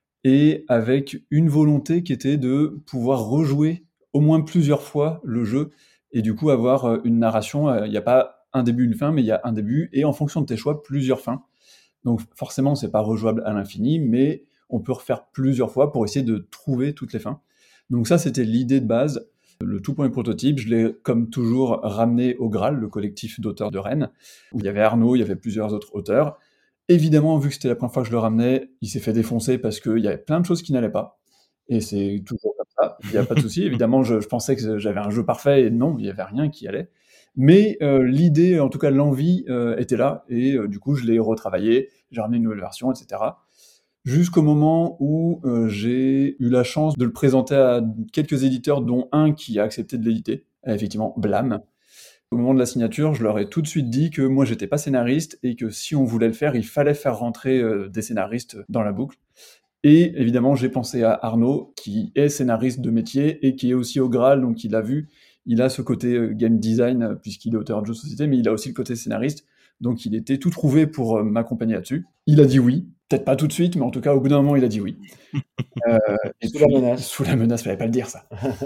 et avec une volonté qui était de pouvoir rejouer au moins plusieurs fois le jeu, et du coup avoir euh, une narration. euh, Il n'y a pas un début, une fin, mais il y a un début, et en fonction de tes choix, plusieurs fins. Donc forcément, c'est pas rejouable à l'infini, mais on peut refaire plusieurs fois pour essayer de trouver toutes les fins. Donc ça, c'était l'idée de base. Le tout premier prototype, je l'ai comme toujours ramené au Graal, le collectif d'auteurs de Rennes, où il y avait Arnaud, il y avait plusieurs autres auteurs. Évidemment, vu que c'était la première fois que je le ramenais, il s'est fait défoncer parce qu'il y avait plein de choses qui n'allaient pas. Et c'est toujours comme ça, il n'y a pas de souci. Évidemment, je, je pensais que j'avais un jeu parfait, et non, il n'y avait rien qui allait. Mais euh, l'idée, en tout cas l'envie, euh, était là, et euh, du coup je l'ai retravaillé, j'ai ramené une nouvelle version, et cetera. jusqu'au moment où euh, j'ai eu la chance de le présenter à quelques éditeurs, dont un qui a accepté de l'éditer, euh, effectivement Blam. Au moment de la signature, je leur ai tout de suite dit que moi j'étais pas scénariste et que si on voulait le faire, il fallait faire rentrer euh, des scénaristes dans la boucle. Et évidemment, j'ai pensé à Arnaud, qui est scénariste de métier et qui est aussi au Graal, donc il l'a vu. Il a ce côté euh, game design, euh, puisqu'il est auteur de jeux de société, mais il a aussi le côté scénariste. Donc il était tout trouvé pour euh, m'accompagner là-dessus. Il a dit oui. Peut-être pas tout de suite, mais en tout cas, au bout d'un moment, il a dit oui. Euh, et Sous la puis, menace. sous la menace, fallait pas le dire ça.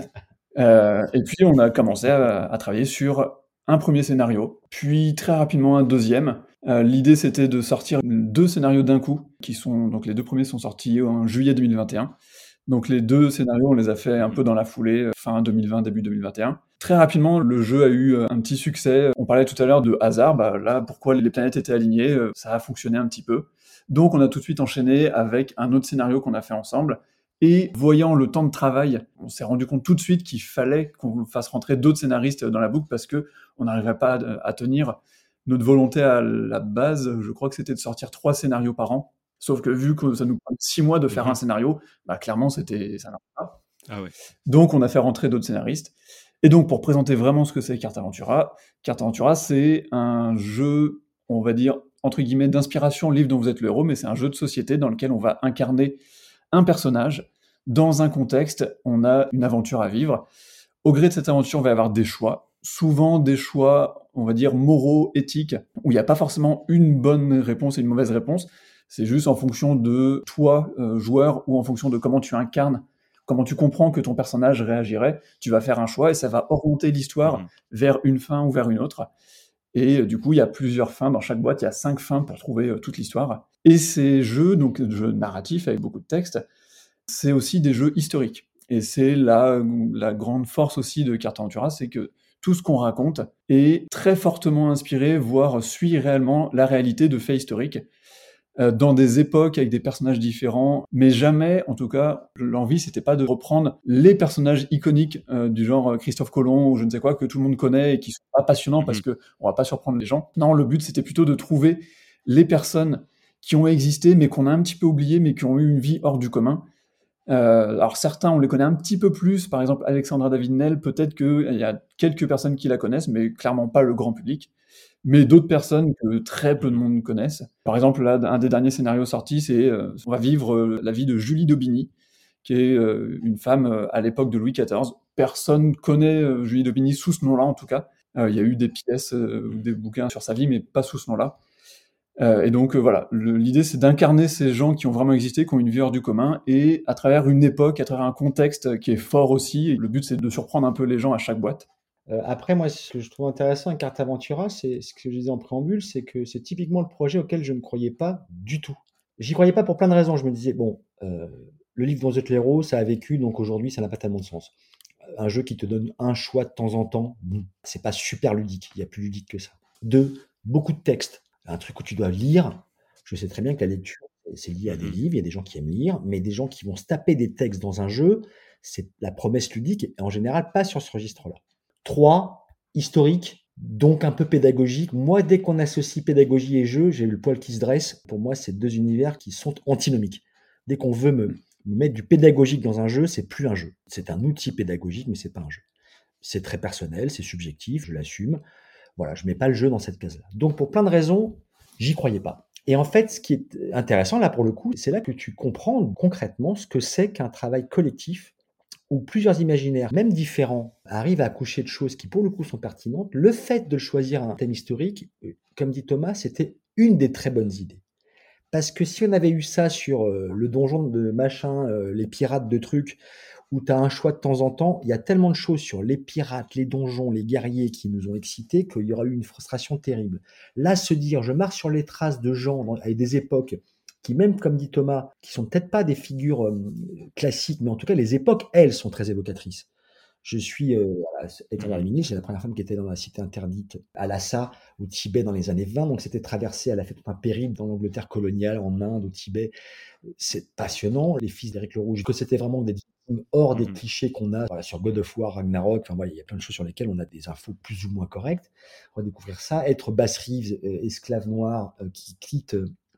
Euh, et puis on a commencé à, à travailler sur un premier scénario, puis très rapidement un deuxième. Euh, l'idée c'était de sortir deux scénarios d'un coup, qui sont donc les deux premiers sont sortis en juillet deux mille vingt et un. Donc les deux scénarios on les a fait un peu dans la foulée, euh, fin deux mille vingt, début deux mille vingt et un. Très rapidement le jeu a eu euh, un petit succès. On parlait tout à l'heure de hasard, bah là pourquoi les planètes étaient alignées, euh, ça a fonctionné un petit peu. Donc on a tout de suite enchaîné avec un autre scénario qu'on a fait ensemble. Et voyant le temps de travail, on s'est rendu compte tout de suite qu'il fallait qu'on fasse rentrer d'autres scénaristes dans la boucle parce que on n'arriverait pas à, à tenir notre volonté à la base. Je crois que c'était de sortir trois scénarios par an. Sauf que vu que ça nous prend six mois de faire Mhm. un scénario, bah clairement c'était ça n'arrive pas. Ah ouais. Donc on a fait rentrer d'autres scénaristes. Et donc pour présenter vraiment ce que c'est Carte Aventura, Carte Aventura c'est un jeu, on va dire entre guillemets d'inspiration livre dont vous êtes le héros, mais c'est un jeu de société dans lequel on va incarner un personnage dans un contexte, on a une aventure à vivre. Au gré de cette aventure, on va avoir des choix, souvent des choix, on va dire, moraux, éthiques, où il n'y a pas forcément une bonne réponse et une mauvaise réponse, c'est juste en fonction de toi, euh, joueur, ou en fonction de comment tu incarnes, comment tu comprends que ton personnage réagirait, tu vas faire un choix et ça va orienter l'histoire Mhm. vers une fin ou vers une autre. Et euh, du coup, il y a plusieurs fins dans chaque boîte, il y a cinq fins pour trouver euh, toute l'histoire. Et ces jeux, donc jeux narratifs avec beaucoup de texte, c'est aussi des jeux historiques. Et c'est la, la grande force aussi de Carte Aventura, c'est que tout ce qu'on raconte est très fortement inspiré, voire suit réellement la réalité de faits historiques, euh, dans des époques avec des personnages différents, mais jamais, en tout cas, l'envie, c'était pas de reprendre les personnages iconiques euh, du genre Christophe Colomb ou je ne sais quoi, que tout le monde connaît et qui sont pas passionnants parce Mhm. que on va pas surprendre les gens. Non, le but, c'était plutôt de trouver les personnes qui ont existé, mais qu'on a un petit peu oubliées, mais qui ont eu une vie hors du commun. Euh, alors certains, on les connaît un petit peu plus, par exemple Alexandra David-Nel, peut-être qu'il y a quelques personnes qui la connaissent, mais clairement pas le grand public. Mais d'autres personnes que très peu de Mhm. monde connaissent. Par exemple, là, un des derniers scénarios sortis, c'est euh, on va vivre euh, la vie de Julie d'Aubigny, qui est euh, une femme euh, à l'époque de Louis quatorze. Personne connaît euh, Julie d'Aubigny sous ce nom-là, en tout cas. Euh, Il y a eu des pièces euh, ou Mhm. des bouquins sur sa vie, mais pas sous ce nom-là. Euh, et donc euh, voilà, le- l'idée c'est d'incarner ces gens qui ont vraiment existé, qui ont une vie hors du commun, et à travers une époque, à travers un contexte qui est fort aussi. Et le but c'est de surprendre un peu les gens à chaque boîte. Euh, après, moi, ce que je trouve intéressant avec Carte Aventura, c'est ce que je disais en préambule, c'est que c'est typiquement le projet auquel je ne croyais pas du tout. J'y croyais pas pour plein de raisons. Je me disais, bon, euh, le livre dont vous êtes le héros, ça a vécu, donc aujourd'hui, ça n'a pas tellement de sens. Un jeu qui te donne un choix de temps en temps, bon, c'est pas super ludique. Il y a plus ludique que ça. Deux, beaucoup de texte. Un truc où tu dois lire. Je sais très bien que la lecture, c'est lié à des Mhm. livres. Il y a des gens qui aiment lire, mais des gens qui vont se taper des textes dans un jeu, c'est la promesse ludique, et en général, pas sur ce registre-là. Trois, historique, donc un peu pédagogique. Moi, dès qu'on associe pédagogie et jeu, j'ai le poil qui se dresse. Pour moi, c'est deux univers qui sont antinomiques. Dès qu'on veut me, me mettre du pédagogique dans un jeu, c'est plus un jeu. C'est un outil pédagogique, mais c'est pas un jeu. C'est très personnel, c'est subjectif, je l'assume. Voilà, je mets pas le jeu dans cette case-là. Donc, pour plein de raisons, j'y croyais pas. Et en fait, ce qui est intéressant là pour le coup, c'est là que tu comprends concrètement ce que c'est qu'un travail collectif où plusieurs imaginaires, même différents, arrivent à accoucher de choses qui, pour le coup, sont pertinentes. Le fait de choisir un thème historique, euh, comme dit Thomas, c'était une des très bonnes idées. Parce que si on avait eu ça sur euh, le donjon de machin, euh, les pirates de trucs, où tu as un choix de temps en temps, il y a tellement de choses sur les pirates, les donjons, les guerriers qui nous ont excités qu'il y aura eu une frustration terrible. Là, se dire, je marche sur les traces de gens dans- avec des époques qui, même comme dit Thomas, qui sont peut-être pas des figures euh, classiques, mais en tout cas, les époques, elles, sont très évocatrices. Je suis euh, voilà, Alexandra Mhm. Rimini, c'est la première femme qui était dans la cité interdite à Lhasa, au Tibet, dans les années vingt. Donc, c'était traversé, elle a fait tout un périple dans l'Angleterre coloniale, en Inde, au Tibet. C'est passionnant. Les fils d'Éric le Rouge, que c'était vraiment des films hors des Mhm. clichés qu'on a voilà, sur God of War, Ragnarok. Enfin, voilà, il y a plein de choses sur lesquelles on a des infos plus ou moins correctes. On va découvrir ça. Être Bass Reeves, euh, esclave noir, euh, qui quitte euh,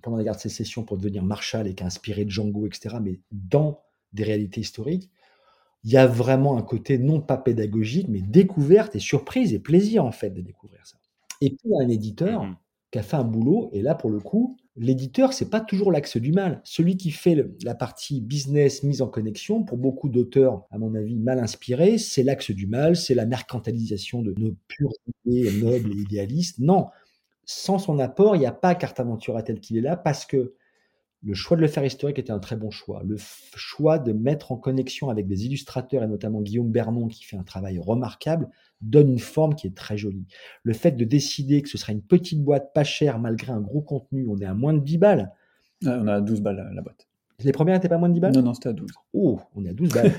pendant la guerre de sécession pour devenir marshal et qui a inspiré Django, et cetera, mais dans des réalités historiques, il y a vraiment un côté non pas pédagogique, mais découverte et surprise et plaisir, en fait, de découvrir ça. Et puis, il y a un éditeur Mhm. qui a fait un boulot, et là, pour le coup, l'éditeur, c'est pas toujours l'axe du mal. Celui qui fait le- la partie business, mise en connexion, pour beaucoup d'auteurs, à mon avis, mal inspirés, c'est l'axe du mal, c'est la mercantilisation de nos pures idées nobles et idéalistes. Non, sans son apport, il n'y a pas Carte Aventura tel qu'il est là, parce que le choix de le faire historique était un très bon choix. Le f- choix de mettre en connexion avec des illustrateurs, et notamment Guillaume Bernon, qui fait un travail remarquable, donne une forme qui est très jolie. Le fait de décider que ce sera une petite boîte pas chère, malgré un gros contenu, on est à moins de dix balles. Ouais, on a douze balles la, la boîte. Les premières n'étaient pas moins de dix balles? Non, non, c'était à douze. Oh, on est à douze balles.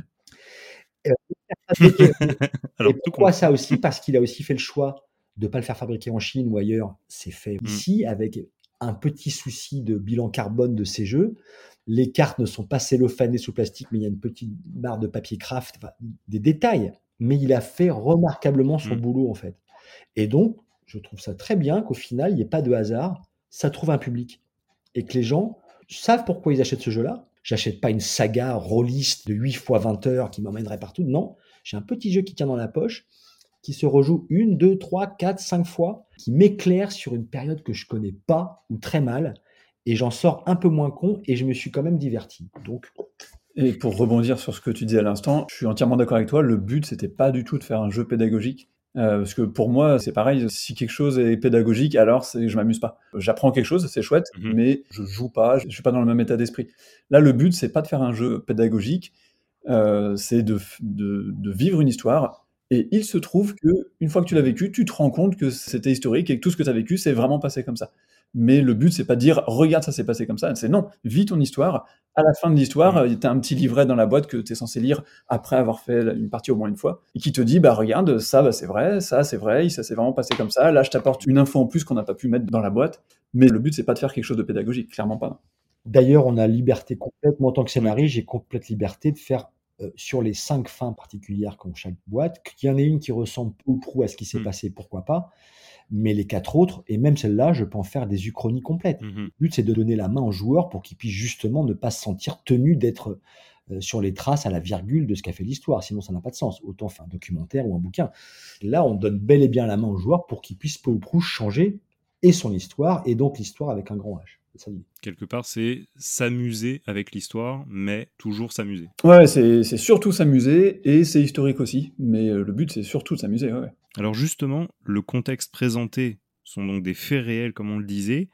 Euh, fabriquer- Et Alors, tout pourquoi compte. ça aussi? Parce qu'il a aussi fait le choix de ne pas le faire fabriquer en Chine ou ailleurs. C'est fait Mm. ici avec un petit souci de bilan carbone de ces jeux. Les cartes ne sont pas cellophanées sous plastique, mais il y a une petite barre de papier craft, enfin, des détails. Mais il a fait remarquablement son Mm. boulot, en fait. Et donc, je trouve ça très bien qu'au final, il n'y ait pas de hasard. Ça trouve un public. Et que les gens savent pourquoi ils achètent ce jeu-là. J'achète pas une saga rôliste de huit fois vingt heures qui m'emmènerait partout. Non, j'ai un petit jeu qui tient dans la poche, qui se rejoue une, deux, trois, quatre, cinq fois, qui m'éclaire sur une période que je connais pas ou très mal, et j'en sors un peu moins con, et je me suis quand même diverti. Donc, Et pour rebondir sur ce que tu disais à l'instant, je suis entièrement d'accord avec toi. Le but, c'était pas du tout de faire un jeu pédagogique. Euh, parce que pour moi, c'est pareil. Si quelque chose est pédagogique, alors c'est je m'amuse pas. J'apprends quelque chose, c'est chouette, Mhm. mais je joue pas. Je suis pas dans le même état d'esprit. Là, le but, c'est pas de faire un jeu pédagogique. euh, c'est de, f- de, de vivre une histoire. Et il se trouve que une fois que tu l'as vécu, tu te rends compte que c'était historique et que tout ce que tu as vécu, c'est vraiment passé comme ça. Mais le but, c'est pas de dire regarde, ça s'est passé comme ça. C'est non, vis ton histoire. À la fin de l'histoire, Mm. tu as un petit livret dans la boîte que tu es censé lire après avoir fait une partie au moins une fois, et qui te dit bah regarde, ça bah, c'est vrai, ça c'est vrai, ça s'est vraiment passé comme ça. Là, je t'apporte une info en plus qu'on n'a pas pu mettre dans la boîte. Mais le but, c'est pas de faire quelque chose de pédagogique, clairement pas. d'ailleurs, on a liberté complète. Moi, en tant que Oui. scénariste, j'ai complète liberté de faire euh, sur les cinq fins particulières qu'ont chaque boîte, qu'il y en ait une qui ressemble peu ou prou à ce qui s'est Mm. passé, pourquoi pas. Mais les quatre autres, et même celle-là, je peux en faire des uchronies complètes. Mhm. Le but, c'est de donner la main au joueur pour qu'il puisse justement ne pas se sentir tenu d'être euh, sur les traces à la virgule de ce qu'a fait l'histoire. Sinon, ça n'a pas de sens. Autant faire un documentaire ou un bouquin. Là, on donne bel et bien la main au joueur pour qu'il puisse peu ou prou changer et son histoire, et donc l'histoire avec un grand H. C'est ça l'idée. Quelque part, c'est s'amuser avec l'histoire, mais toujours s'amuser. Ouais, c'est c'est surtout s'amuser, et c'est historique aussi. Mais euh, le but, c'est surtout de s'amuser. Ouais. Alors justement, le contexte présenté sont donc des faits réels, comme on le disait.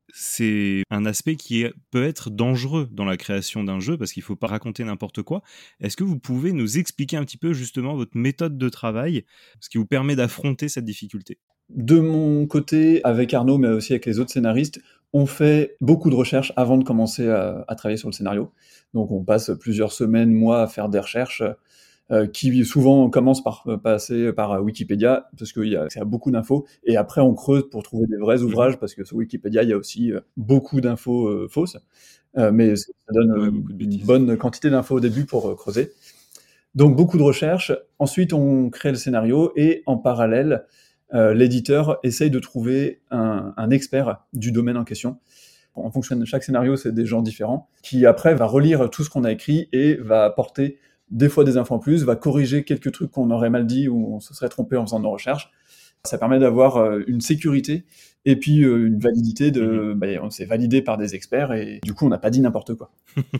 C'est un aspect qui est- peut être dangereux dans la création d'un jeu, parce qu'il ne faut pas raconter n'importe quoi. Est-ce que vous pouvez nous expliquer un petit peu justement votre méthode de travail, ce qui vous permet d'affronter cette difficulté? De mon côté, avec Arnaud, mais aussi avec les autres scénaristes, on fait beaucoup de recherches avant de commencer à, à travailler sur le scénario. Donc on passe plusieurs semaines, mois à faire des recherches euh, qui souvent commencent par euh, passer par euh, Wikipédia, parce qu'il y a, il y a beaucoup d'infos, et après on creuse pour trouver des vrais ouvrages, parce que sur Wikipédia, il y a aussi euh, beaucoup d'infos euh, fausses, Euh, mais ça donne Ouais, euh, beaucoup de une bêtises. bonne quantité d'infos au début pour euh, creuser. Donc beaucoup de recherches, ensuite on crée le scénario, et en parallèle, euh, l'éditeur essaye de trouver un, un expert du domaine en question. En fonction de chaque scénario, c'est des gens différents, qui après va relire tout ce qu'on a écrit et va apporter des fois des infos en plus, va corriger quelques trucs qu'on aurait mal dit ou on se serait trompé en faisant nos recherches. Ça permet d'avoir euh, une sécurité et puis euh, une validité de, bah, on s'est validé par des experts, et du coup on n'a pas dit n'importe quoi.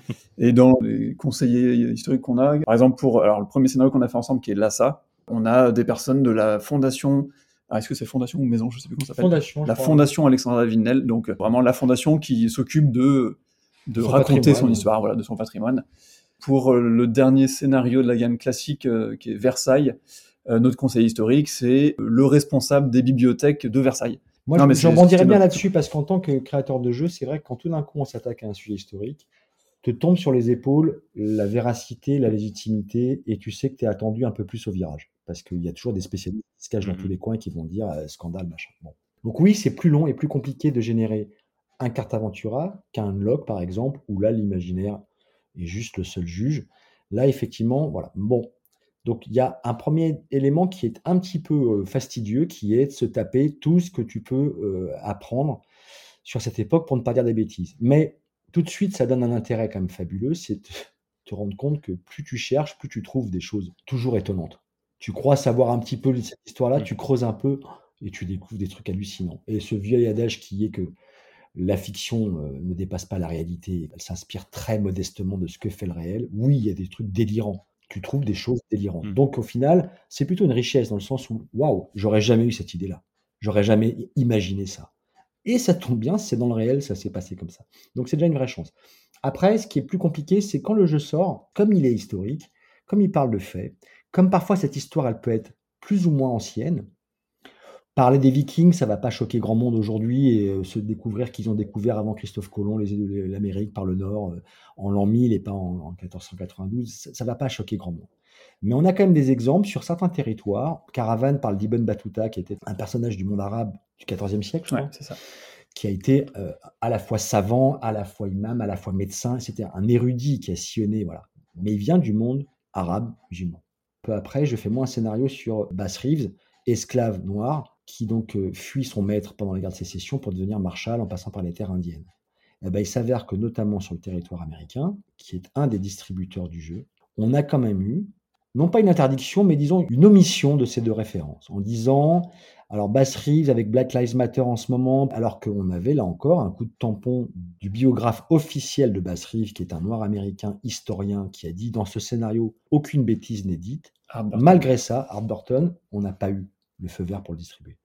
Et dans les conseillers historiques qu'on a, par exemple pour alors, le premier scénario qu'on a fait ensemble qui est l'A S A, on a des personnes de la fondation, ah, est-ce que c'est fondation ou maison, je sais plus comment ça s'appelle, Fondation, je la crois. fondation Alexandra David-Nesle, donc euh, vraiment la fondation qui s'occupe de, de Son raconter patrimoine. son histoire, voilà, de son patrimoine. Pour euh, le dernier scénario de la gamme classique euh, qui est Versailles, euh, notre conseiller historique, c'est le responsable des bibliothèques de Versailles. Moi, Non, je- mais je c'est- rebondirais c'est bien notre- là-dessus parce qu'en tant que créateur de jeu, c'est vrai que quand tout d'un coup on s'attaque à un sujet historique, te tombe sur les épaules la véracité, la légitimité, et tu sais que tu es attendu un peu plus au virage. Parce qu'il y a toujours des spécialistes qui se cachent dans Mhm. tous les coins et qui vont dire euh, scandale, machin. Bon. Donc oui, c'est plus long et plus compliqué de générer un carte Aventura qu'un log, par exemple, où là, l'imaginaire est juste le seul juge. Là, effectivement, voilà. Bon. Donc il y a un premier élément qui est un petit peu euh, fastidieux, qui est de se taper tout ce que tu peux euh, apprendre sur cette époque pour ne pas dire des bêtises. Mais tout de suite, ça donne un intérêt quand même fabuleux, c'est de te rendre compte que plus tu cherches, plus tu trouves des choses toujours étonnantes. Tu crois savoir un petit peu cette histoire-là, Mmh. tu creuses un peu et tu découvres des trucs hallucinants. Et ce vieil adage qui est que la fiction euh, ne dépasse pas la réalité, elle s'inspire très modestement de ce que fait le réel. Oui, il y a des trucs délirants. Tu trouves des choses délirantes. Mmh. Donc au final, c'est plutôt une richesse dans le sens où, waouh, j'aurais jamais eu cette idée-là. J'aurais jamais i- imaginé ça. Et ça tombe bien, c'est dans le réel, ça s'est passé comme ça. Donc c'est déjà une vraie chance. Après, ce qui est plus compliqué, c'est quand le jeu sort, comme il est historique, comme il parle de faits, comme parfois cette histoire, elle peut être plus ou moins ancienne. Parler des Vikings, ça va pas choquer grand monde aujourd'hui et heu, se découvrir qu'ils ont découvert avant Christophe Colomb les les l'Amérique par le nord, heu, en l'an mille et pas en en quatorze cent quatre-vingt-douze, ça ça va pas choquer grand monde. Mais on a quand même des exemples sur certains territoires. Caravane parle d'Ibn Battuta, qui était un personnage du monde arabe du quatorzième siècle, je Ouais, crois, c'est ça. qui a été, heu, à la fois savant, à la fois imam, à la fois médecin. C'était un érudit qui a sillonné, voilà. Mais il vient du monde arabe musulman. Peu après, je fais moi un scénario sur Bass Reeves, esclave noir, qui donc, heu, fuit son maître pendant la guerre de Sécession pour devenir marshal en passant par les terres indiennes. Et bah, il s'avère que notamment sur le territoire américain, qui est un des distributeurs du jeu, on a quand même eu, non pas une interdiction, mais disons une omission de ces deux références, en disant alors Bass Reeves avec Black Lives Matter en ce moment, alors qu'on avait là encore un coup de tampon du biographe officiel de Bass Reeves, qui est un noir américain historien, qui a dit dans ce scénario, aucune bêtise n'est dite. Art Burton. Malgré ça, Art Burton, on n'a pas eu le feu vert pour le distribuer.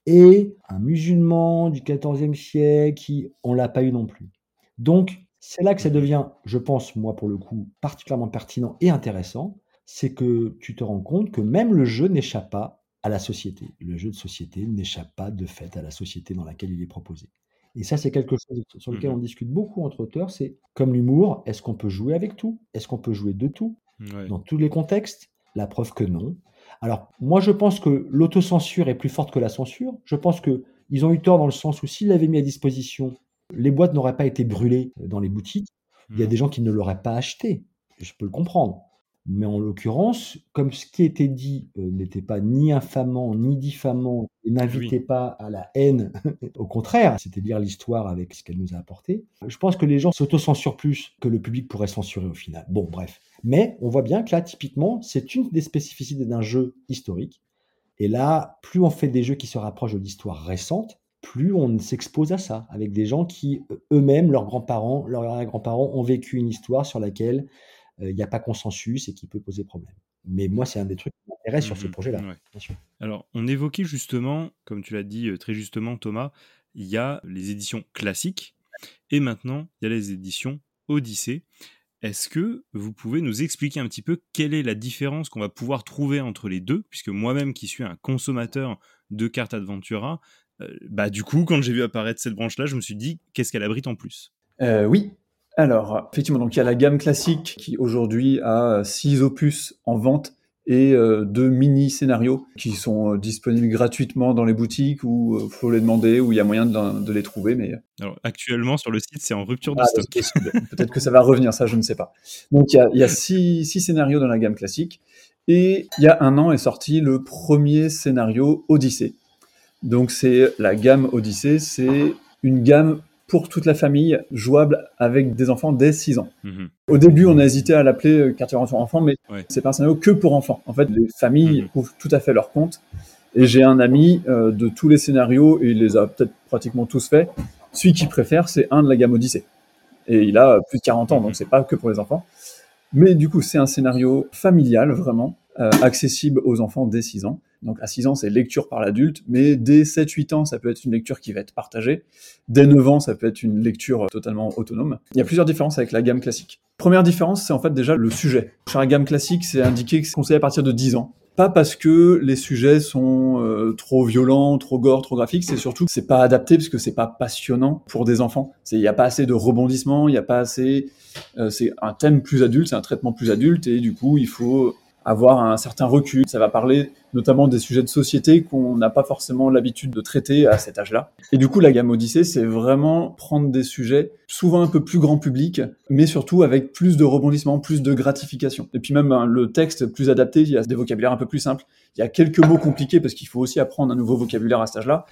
Et un musulman du quatorzième siècle, qui, on l'a pas eu non plus. Donc, c'est là que ça Mmh. devient, je pense, moi pour le coup, particulièrement pertinent et intéressant, c'est que tu te rends compte que même le jeu n'échappe pas à la société. Le jeu de société n'échappe pas de fait à la société dans laquelle il est proposé. Et ça, c'est quelque chose sur lequel Mmh. on discute beaucoup entre auteurs, c'est comme l'humour, est-ce qu'on peut jouer avec tout? Est-ce qu'on peut jouer de tout? Ouais. Dans tous les contextes? La preuve que non. Alors, moi, je pense que l'autocensure est plus forte que la censure. Je pense qu'ils ont eu tort dans le sens où s'ils l'avaient mis à disposition, les boîtes n'auraient pas été brûlées dans les boutiques. Il y a Mmh. des gens qui ne l'auraient pas acheté. Je peux le comprendre. Mais en l'occurrence, comme ce qui était dit euh, n'était pas ni infamant ni diffamant et n'invitait Oui. pas à la haine, au contraire, c'était lire l'histoire avec ce qu'elle nous a apporté. Je pense que les gens s'autocensurent plus que le public pourrait censurer au final. Bon, bref. Mais on voit bien que là, typiquement, c'est une des spécificités d'un jeu historique. Et là, plus on fait des jeux qui se rapprochent de l'histoire récente, plus on s'expose à ça, avec des gens qui, euh, eux-mêmes, leurs grands-parents, leurs arrière-grands-parents, ont vécu une histoire sur laquelle euh, il n'y a pas consensus et qui peut poser problème. Mais moi, c'est un des trucs qui m'intéresse sur ce Mmh. projet-là, Ouais. bien sûr. Alors, on évoquait justement, comme tu l'as dit euh, très justement, Thomas, il y a les éditions classiques et maintenant il y a les éditions Odyssée. Est-ce que vous pouvez nous expliquer un petit peu quelle est la différence qu'on va pouvoir trouver entre les deux? Puisque moi-même qui suis un consommateur de cartes Adventura, euh, bah du coup, quand j'ai vu apparaître cette branche-là, je me suis dit, qu'est-ce qu'elle abrite en plus? Euh, oui. Alors, effectivement, donc il y a la gamme classique qui aujourd'hui a six opus en vente et euh, deux mini-scénarios qui sont euh, disponibles gratuitement dans les boutiques ou il euh, faut les demander ou il y a moyen de, de les trouver. Mais Alors, actuellement, sur le site, c'est en rupture de ah, stock. c'est possible. Peut-être que ça va revenir, ça je ne sais pas. Donc il y a, il y a six, six scénarios dans la gamme classique et il y a un an est sorti le premier scénario Odyssée. Donc c'est la gamme Odyssée, c'est une gamme pour toute la famille, jouable avec des enfants dès six ans. Mmh. Au début, on a hésité à l'appeler Carte Aventure Enfant, mais Ouais. c'est pas un scénario que pour enfants. En fait, les familles Mhm. trouvent tout à fait leur compte. Et j'ai un ami euh, de tous les scénarios, et il les a peut-être pratiquement tous faits. Celui qu'il préfère, c'est un de la gamme Odyssée. Et il a plus de quarante ans, Mhm. donc c'est pas que pour les enfants. Mais du coup, c'est un scénario familial, vraiment, euh, accessible aux enfants dès six ans. Donc à six ans, c'est lecture par l'adulte, mais dès sept huit ans, ça peut être une lecture qui va être partagée. Dès neuf ans, ça peut être une lecture totalement autonome. Il y a plusieurs différences avec la gamme classique. Première différence, c'est en fait déjà le sujet. Sur la gamme classique, c'est indiqué que c'est conseillé à partir de dix ans. Pas parce que les sujets sont euh, trop violents, trop gore, trop graphiques, c'est surtout que c'est pas adapté parce que c'est pas passionnant pour des enfants. Il n'y a pas assez de rebondissements, il n'y a pas assez... Euh, c'est un thème plus adulte, c'est un traitement plus adulte, et du coup, il faut avoir un certain recul. Ça va parler notamment des sujets de société qu'on n'a pas forcément l'habitude de traiter à cet âge-là. Et du coup, la gamme Odyssée, c'est vraiment prendre des sujets souvent un peu plus grand public, mais surtout avec plus de rebondissements, plus de gratification. Et puis même hein, le texte plus adapté, il y a des vocabulaires un peu plus simples. Il y a quelques mots compliqués parce qu'il faut aussi apprendre un nouveau vocabulaire à cet âge-là.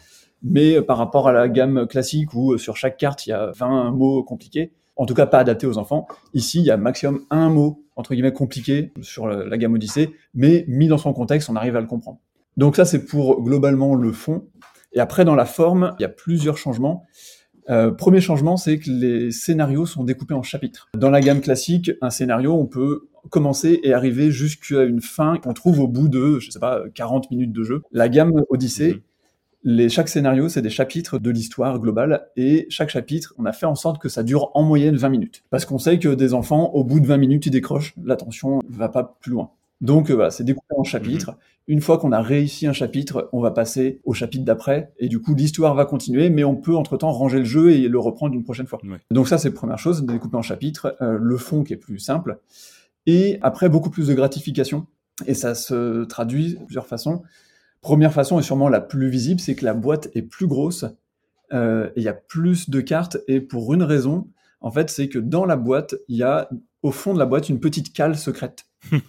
mais par rapport à la gamme classique où sur chaque carte il y a vingt mots compliqués, en tout cas pas adaptés aux enfants, ici il y a maximum un mot entre guillemets compliqué sur la gamme Odyssée, mais mis dans son contexte, on arrive à le comprendre. Donc ça c'est pour globalement le fond, et après dans la forme, il y a plusieurs changements. Euh, premier changement, c'est que les scénarios sont découpés en chapitres. Dans la gamme classique, un scénario, on peut commencer et arriver jusqu'à une fin qu'on trouve au bout de, je sais pas, quarante minutes de jeu. La gamme Odyssée, mmh. les, chaque scénario, c'est des chapitres de l'histoire globale, et chaque chapitre, on a fait en sorte que ça dure en moyenne vingt minutes. Parce qu'on sait que des enfants, au bout de vingt minutes, ils décrochent, l'attention va pas plus loin. Donc euh, voilà, c'est découpé en chapitres. Mmh. Une fois qu'on a réussi un chapitre, on va passer au chapitre d'après, et du coup l'histoire va continuer, mais on peut entre-temps ranger le jeu et le reprendre une prochaine fois. Ouais. Donc ça c'est la première chose, découpé en chapitres, euh, le fond qui est plus simple, et après beaucoup plus de gratification, et ça se traduit de plusieurs façons. Première façon, et sûrement la plus visible, c'est que la boîte est plus grosse, euh, et il y a plus de cartes, et pour une raison, en fait, c'est que dans la boîte, il y a au fond de la boîte une petite cale secrète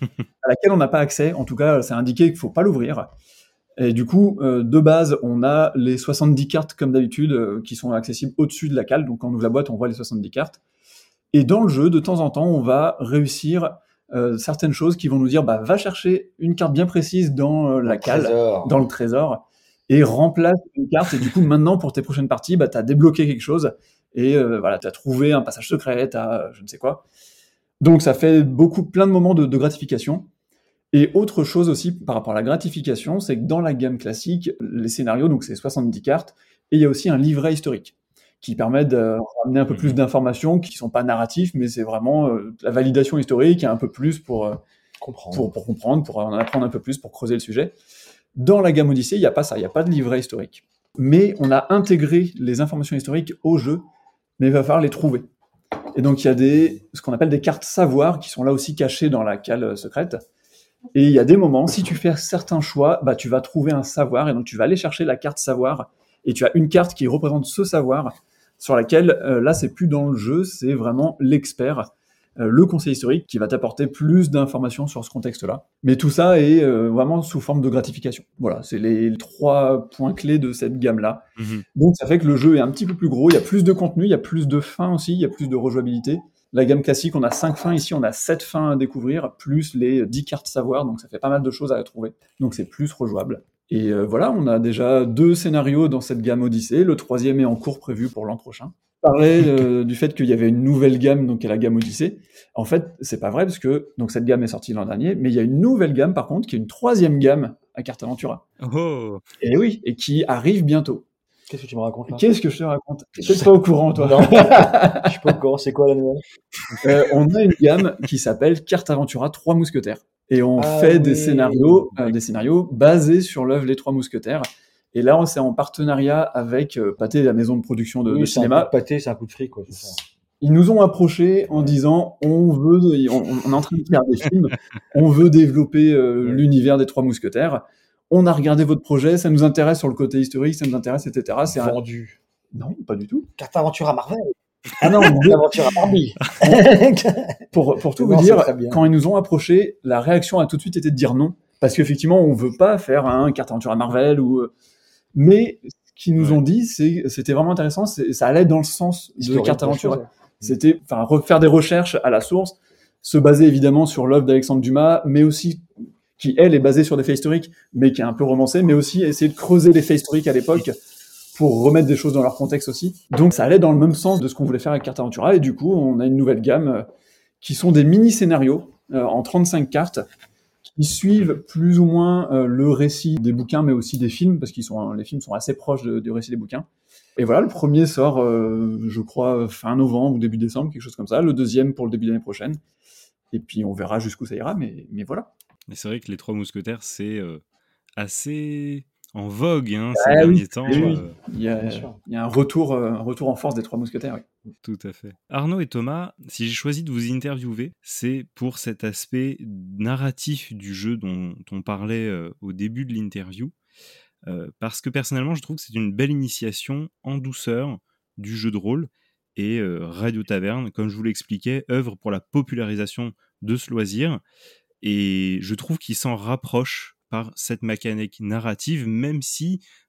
à laquelle on n'a pas accès. En tout cas, c'est indiqué qu'il ne faut pas l'ouvrir. Et du coup, euh, de base, on a les soixante-dix cartes, comme d'habitude, euh, qui sont accessibles au-dessus de la cale. Donc, quand on ouvre la boîte, on voit les soixante-dix cartes. Et dans le jeu, de temps en temps, on va réussir euh, certaines choses qui vont nous dire bah, va chercher une carte bien précise dans euh, la cale, trésor. dans le trésor, et remplace une carte. Et du coup, maintenant, pour tes prochaines parties, bah, tu as débloqué quelque chose. Et euh, voilà, tu as trouvé un passage secret, tu as je ne sais quoi. Donc ça fait beaucoup, plein de moments de, de gratification. Et autre chose aussi par rapport à la gratification, c'est que dans la gamme classique, les scénarios, donc c'est soixante-dix cartes, et il y a aussi un livret historique qui permet de ramener un peu plus d'informations qui ne sont pas narratifs, mais c'est vraiment euh, la validation historique et un peu plus pour, euh, comprendre. Pour, pour comprendre, pour en apprendre un peu plus, pour creuser le sujet. Dans la gamme Odyssée, il n'y a pas ça, il n'y a pas de livret historique. Mais on a intégré les informations historiques au jeu, mais il va falloir les trouver. Et donc, il y a des, ce qu'on appelle des cartes savoir qui sont là aussi cachées dans la cale secrète. Et il y a des moments, si tu fais certains choix, bah, tu vas trouver un savoir, et donc tu vas aller chercher la carte savoir, et tu as une carte qui représente ce savoir, sur laquelle, euh, là, c'est plus dans le jeu, c'est vraiment l'expert, euh, le conseil historique, qui va t'apporter plus d'informations sur ce contexte-là. Mais tout ça est euh, vraiment sous forme de gratification. Voilà, c'est les trois points clés de cette gamme-là. Mmh. Donc ça fait que le jeu est un petit peu plus gros, il y a plus de contenu, il y a plus de fins aussi, il y a plus de rejouabilité. La gamme classique, on a cinq fins, ici on a sept fins à découvrir, plus les dix cartes savoir, donc ça fait pas mal de choses à trouver. Donc c'est plus rejouable. Et euh, voilà, on a déjà deux scénarios dans cette gamme Odyssée, le troisième est en cours prévu pour l'an prochain. Je parlais euh, du fait qu'il y avait une nouvelle gamme, donc à la gamme Odyssée. En fait, c'est pas vrai, parce que donc, cette gamme est sortie l'an dernier, mais il y a une nouvelle gamme par contre, qui est une troisième gamme à Carte Aventura. Oh. Et oui, et qui arrive bientôt. Qu'est-ce que tu me racontes là ? Qu'est-ce que je te raconte ? Tu n'es pas au courant, toi. Non, je suis pas au courant. C'est quoi la nouvelle ? euh, On a une gamme qui s'appelle Carte Aventura Trois Mousquetaires. Et on ah, fait oui. des scénarios, euh, des scénarios basés sur l'œuvre Les Trois Mousquetaires. Et là, on c'est en partenariat avec euh, Pathé, la maison de production de, oui, de cinéma. Pathé, c'est un coup de fric, quoi. C'est ça. Ils nous ont approchés en disant on veut, on, on est en train de faire des films, on veut développer euh, ouais. l'univers des Trois Mousquetaires. On a regardé votre projet, ça nous intéresse sur le côté historique, ça nous intéresse, et cetera. C'est vendu. Un... Non, pas du tout. Carte Aventura Marvel. Ah non, Carte Aventura Barbie. pour, pour tout non, vous dire, quand ils nous ont approchés, la réaction a tout de suite été de dire non. Parce qu'effectivement, on veut pas faire un Carte Aventura Marvel ou... Mais ce qu'ils nous ouais. ont dit, c'est, c'était vraiment intéressant, c'est, ça allait dans le sens de Carte Aventura. Chose, ouais. C'était, enfin, refaire des recherches à la source, se baser évidemment sur l'œuvre d'Alexandre Dumas, mais aussi, qui elle est basée sur des faits historiques, mais qui est un peu romancée, mais aussi essayer de creuser les faits historiques à l'époque pour remettre des choses dans leur contexte aussi. Donc ça allait dans le même sens de ce qu'on voulait faire avec Carte Aventura, et du coup, on a une nouvelle gamme euh, qui sont des mini-scénarios euh, en trente-cinq cartes, qui suivent plus ou moins euh, le récit des bouquins, mais aussi des films, parce qu'ils sont, les films sont assez proches de, du récit des bouquins. Et voilà, le premier sort, euh, je crois, fin novembre ou début décembre, quelque chose comme ça. Le deuxième pour le début de l'année prochaine. Et puis on verra jusqu'où ça ira, mais, mais voilà. Et c'est vrai que les Trois Mousquetaires, c'est euh, assez en vogue hein, ah, ces oui, derniers temps. Oui. Euh... Il, y a, il y a un retour, un retour en force des Trois Mousquetaires, oui. Tout à fait. Arnaud et Thomas, si j'ai choisi de vous interviewer, c'est pour cet aspect narratif du jeu dont on parlait euh, au début de l'interview, euh, parce que personnellement, je trouve que c'est une belle initiation en douceur du jeu de rôle, et euh, Radio Taverne, comme je vous l'expliquais, œuvre pour la popularisation de ce loisir, et je trouve qu'il s'en rapproche par cette mécanique narrative, même si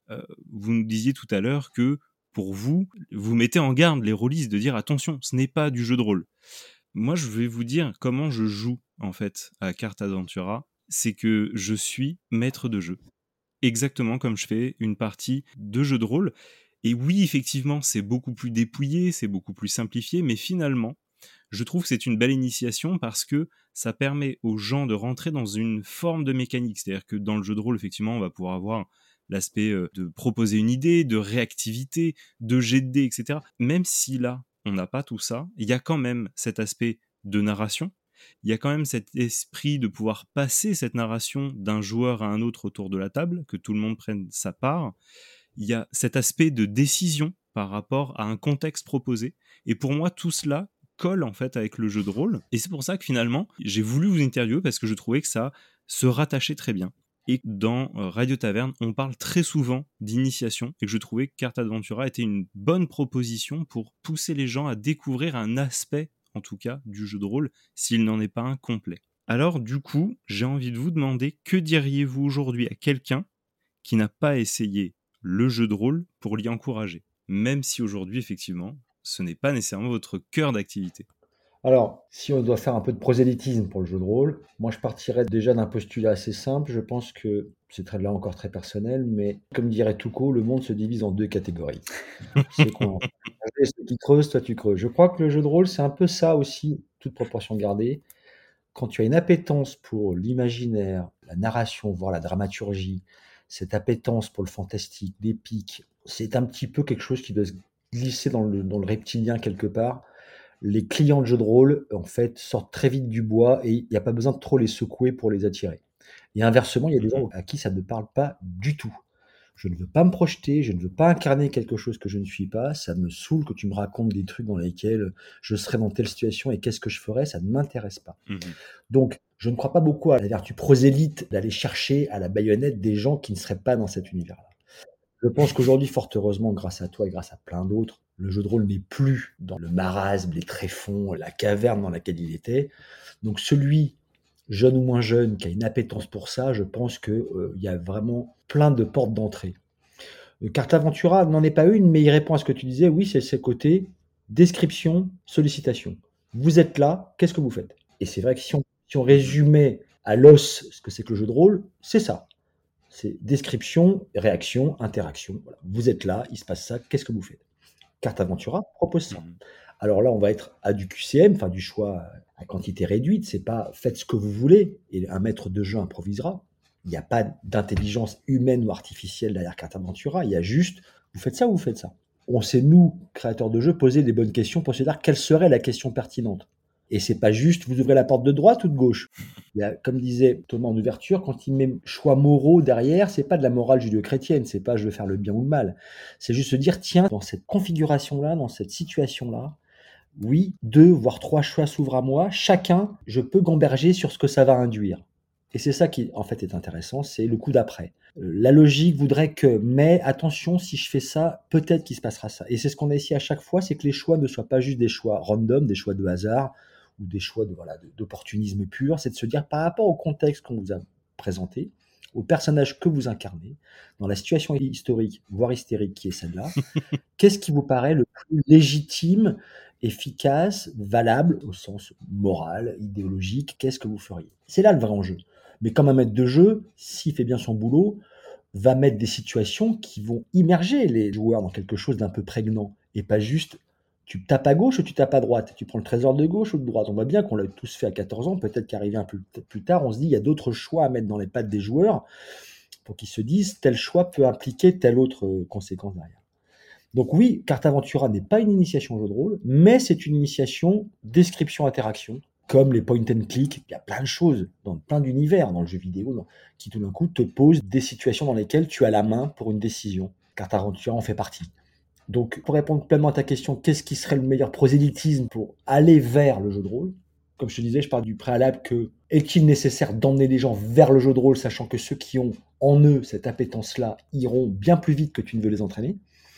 Euh, vous nous disiez tout à l'heure que pour vous, vous mettez en garde les rôlistes de dire attention, ce n'est pas du jeu de rôle. Moi, je vais vous dire comment je joue en fait à Carte Adventura. C'est que je suis maître de jeu, exactement comme je fais une partie de jeu de rôle. Et oui, effectivement, c'est beaucoup plus dépouillé, c'est beaucoup plus simplifié, mais finalement, je trouve que c'est une belle initiation parce que ça permet aux gens de rentrer dans une forme de mécanique. C'est-à-dire que dans le jeu de rôle, effectivement, on va pouvoir avoir l'aspect de proposer une idée, de réactivité, de jet de dés, et cetera. Même si là, on n'a pas tout ça, il y a quand même cet aspect de narration. Il y a quand même cet esprit de pouvoir passer cette narration d'un joueur à un autre autour de la table, que tout le monde prenne sa part. Il y a cet aspect de décision par rapport à un contexte proposé. Et pour moi, tout cela colle en fait avec le jeu de rôle. Et c'est pour ça que finalement, j'ai voulu vous interviewer parce que je trouvais que ça se rattachait très bien. Et dans Radio Taverne, on parle très souvent d'initiation et que je trouvais que Carte Adventura était une bonne proposition pour pousser les gens à découvrir un aspect, en tout cas, du jeu de rôle, s'il n'en est pas un complet. Alors du coup, j'ai envie de vous demander, que diriez-vous aujourd'hui à quelqu'un qui n'a pas essayé le jeu de rôle pour l'y encourager, même si aujourd'hui, effectivement, ce n'est pas nécessairement votre cœur d'activité? Alors, si on doit faire un peu de prosélytisme pour le jeu de rôle, moi je partirais déjà d'un postulat assez simple. Je pense que c'est très, là encore très personnel, mais comme dirait Toucault, le monde se divise en deux catégories. Ceux qui ont ceux qui creusent, toi tu creuses. Je crois que le jeu de rôle, c'est un peu ça aussi, toute proportion gardée. Quand tu as une appétence pour l'imaginaire, la narration, voire la dramaturgie, cette appétence pour le fantastique, l'épique, c'est un petit peu quelque chose qui doit se glisser dans le, dans le reptilien quelque part. Les clients de jeux de rôle, en fait, sortent très vite du bois et il n'y a pas besoin de trop les secouer pour les attirer. Et inversement, il y a des gens à qui ça ne parle pas du tout. Je ne veux pas me projeter, je ne veux pas incarner quelque chose que je ne suis pas. Ça me saoule que tu me racontes des trucs dans lesquels je serais dans telle situation et qu'est-ce que je ferais, ça ne m'intéresse pas. Mmh. Donc, je ne crois pas beaucoup à la vertu prosélyte d'aller chercher à la baïonnette des gens qui ne seraient pas dans cet univers-là. Je pense qu'aujourd'hui, fort heureusement, grâce à toi et grâce à plein d'autres, le jeu de rôle n'est plus dans le marasme, les tréfonds, la caverne dans laquelle il était. Donc celui, jeune ou moins jeune, qui a une appétence pour ça, je pense qu'il euh, y a vraiment plein de portes d'entrée. Euh, Carte Aventura n'en est pas une, mais il répond à ce que tu disais. Oui, c'est ce côté description, sollicitation. Vous êtes là, qu'est-ce que vous faites? Et c'est vrai que si on, si on résumait à l'os ce que c'est que le jeu de rôle, c'est ça. C'est description, réaction, interaction. Voilà. Vous êtes là, il se passe ça, qu'est-ce que vous faites? Carte Aventura propose ça. Mmh. Alors là, on va être à du Q C M, enfin du choix à quantité réduite. C'est pas faites ce que vous voulez et un maître de jeu improvisera. Il n'y a pas d'intelligence humaine ou artificielle derrière Carte Aventura. Il y a juste vous faites ça ou vous faites ça. On sait, nous, créateurs de jeux, poser des bonnes questions pour se dire quelle serait la question pertinente. Et c'est pas juste vous ouvrez la porte de droite ou de gauche. Il y a, comme disait Thomas en ouverture, quand il met choix moraux derrière, c'est pas de la morale judéo-chrétienne, c'est pas je veux faire le bien ou le mal. C'est juste se dire, tiens, dans cette configuration-là, dans cette situation-là, oui, deux, voire trois choix s'ouvrent à moi. Chacun, je peux gamberger sur ce que ça va induire. Et c'est ça qui, en fait, est intéressant, c'est le coup d'après. Euh, La logique voudrait que, mais attention, si je fais ça, peut-être qu'il se passera ça. Et c'est ce qu'on a ici à chaque fois, c'est que les choix ne soient pas juste des choix random, des choix de hasard, ou des choix de, voilà, de- d'opportunisme pur. C'est de se dire, par rapport au contexte qu'on vous a présenté, au personnage que vous incarnez, dans la situation historique, voire hystérique qui est celle-là, qu'est-ce qui vous paraît le plus légitime, efficace, valable au sens moral, idéologique? Qu'est-ce que vous feriez? C'est là le vrai enjeu. Mais comme un maître de jeu, s'il fait bien son boulot, va mettre des situations qui vont immerger les joueurs dans quelque chose d'un peu prégnant et pas juste tu tapes à gauche ou tu tapes à droite, tu prends le trésor de gauche ou de droite. On voit bien qu'on l'a tous fait à quatorze ans, peut-être qu'arrivé un peu plus tard, on se dit il y a d'autres choix à mettre dans les pattes des joueurs pour qu'ils se disent tel choix peut impliquer telle autre euh, conséquence derrière. Donc oui, Carte Aventura n'est pas une initiation au jeu de rôle, mais c'est une initiation description-interaction, comme les point and click. Il y a plein de choses, dans plein d'univers dans le jeu vidéo, dans- qui tout d'un coup te posent des situations dans lesquelles tu as la main pour une décision. Carte Aventura en fait partie. Donc pour répondre pleinement à ta question, qu'est-ce qui serait le meilleur prosélytisme pour aller vers le jeu de rôle? Comme je te disais, je pars du préalable que est-il nécessaire d'emmener les gens vers le jeu de rôle, sachant que ceux qui ont en eux cette appétence-là iront bien plus vite que tu ne veux les entraîner,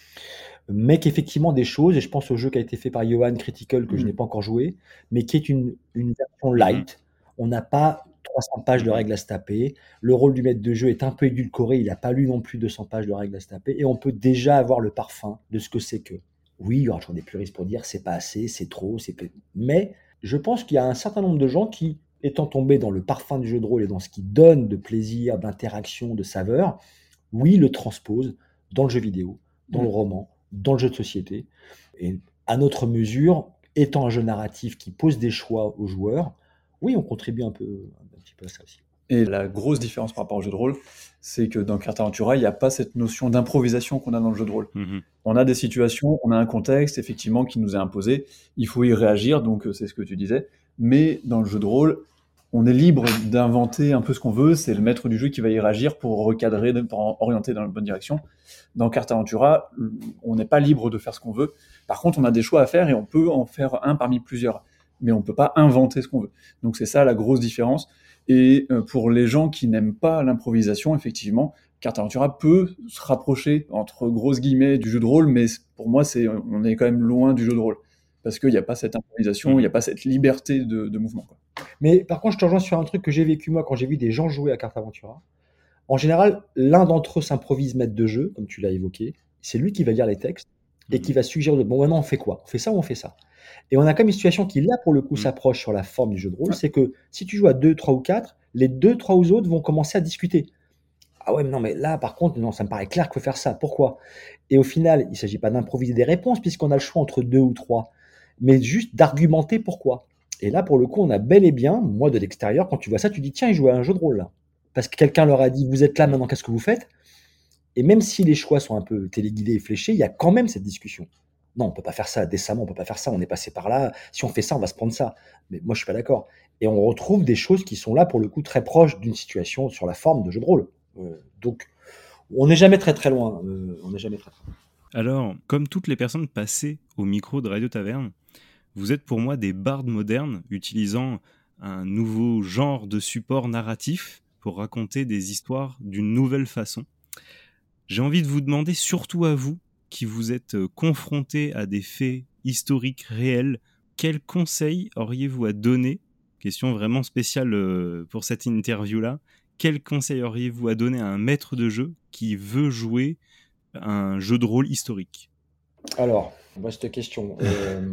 mais qu'effectivement des choses, et je pense au jeu qui a été fait par Johan Critical que je Mm. n'ai pas encore joué, mais qui est une, une version Mhm. light. On n'a pas trois cents pages de règles à se taper. Le rôle du maître de jeu est un peu édulcoré, il n'a pas lu non plus deux cents pages de règles à se taper, et on peut déjà avoir le parfum de ce que c'est que. Oui, il y aura toujours des puristes pour dire c'est pas assez, c'est trop, c'est peu. Mais je pense qu'il y a un certain nombre de gens qui, étant tombés dans le parfum du jeu de rôle et dans ce qui donne de plaisir, d'interaction, de saveur, oui, le transposent dans le jeu vidéo, dans le roman, dans le jeu de société. Et à notre mesure, étant un jeu narratif qui pose des choix aux joueurs, oui, on contribue un peu, un petit peu à ça aussi. Et la grosse différence par rapport au jeu de rôle, c'est que dans Carte Aventura, il n'y a pas cette notion d'improvisation qu'on a dans le jeu de rôle. Mhm. On a des situations, on a un contexte, effectivement, qui nous est imposé. Il faut y réagir, donc euh, c'est ce que tu disais. Mais dans le jeu de rôle, on est libre d'inventer un peu ce qu'on veut. C'est le maître du jeu qui va y réagir pour recadrer, pour orienter dans la bonne direction. Dans Carte Aventura, on n'est pas libre de faire ce qu'on veut. Par contre, on a des choix à faire et on peut en faire un parmi plusieurs. Mais on ne peut pas inventer ce qu'on veut. Donc c'est ça la grosse différence. Et pour les gens qui n'aiment pas l'improvisation, effectivement, Carte Aventura peut se rapprocher, entre grosses guillemets, du jeu de rôle, mais pour moi, c'est, on est quand même loin du jeu de rôle. Parce qu'il n'y a pas cette improvisation, il n'y a pas cette liberté de, de mouvement, quoi. Mais par contre, je te rejoins sur un truc que j'ai vécu moi quand j'ai vu des gens jouer à Carte Aventura. En général, l'un d'entre eux s'improvise maître de jeu, comme tu l'as évoqué. C'est lui qui va lire les textes et qui va suggérer, bon, maintenant on fait quoi? On fait ça ou on fait ça? Et on a comme une situation qui, là, pour le coup, Mm. s'approche sur la forme du jeu de rôle, Ouais. c'est que si tu joues à deux, trois ou quatre, les deux, trois ou autres vont commencer à discuter. Ah ouais, mais non, mais là, par contre, non, ça me paraît clair qu'il faut faire ça. Pourquoi? Et au final, il ne s'agit pas d'improviser des réponses, puisqu'on a le choix entre deux ou trois, mais juste d'argumenter pourquoi. Et là, pour le coup, on a bel et bien, moi de l'extérieur, quand tu vois ça, tu dis, tiens, ils jouent à un jeu de rôle là. Parce que quelqu'un leur a dit, vous êtes là, maintenant, qu'est-ce que vous faites? Et même si les choix sont un peu téléguidés et fléchés, il y a quand même cette discussion. Non, on ne peut pas faire ça décemment, on ne peut pas faire ça, on est passé par là. Si on fait ça, on va se prendre ça. Mais moi, je ne suis pas d'accord. Et on retrouve des choses qui sont là, pour le coup, très proches d'une situation sur la forme de jeu de rôle. Euh, donc, on n'est jamais très très loin. Euh, on n'est jamais très, très loin. Alors, comme toutes les personnes passées au micro de Radio Taverne, vous êtes pour moi des bardes modernes utilisant un nouveau genre de support narratif pour raconter des histoires d'une nouvelle façon. J'ai envie de vous demander, surtout à vous, qui vous êtes confrontés à des faits historiques réels, quels conseils auriez-vous à donner? Question vraiment spéciale pour cette interview-là. Quels conseils auriez-vous à donner à un maître de jeu qui veut jouer un jeu de rôle historique? Alors, vaste question. Euh...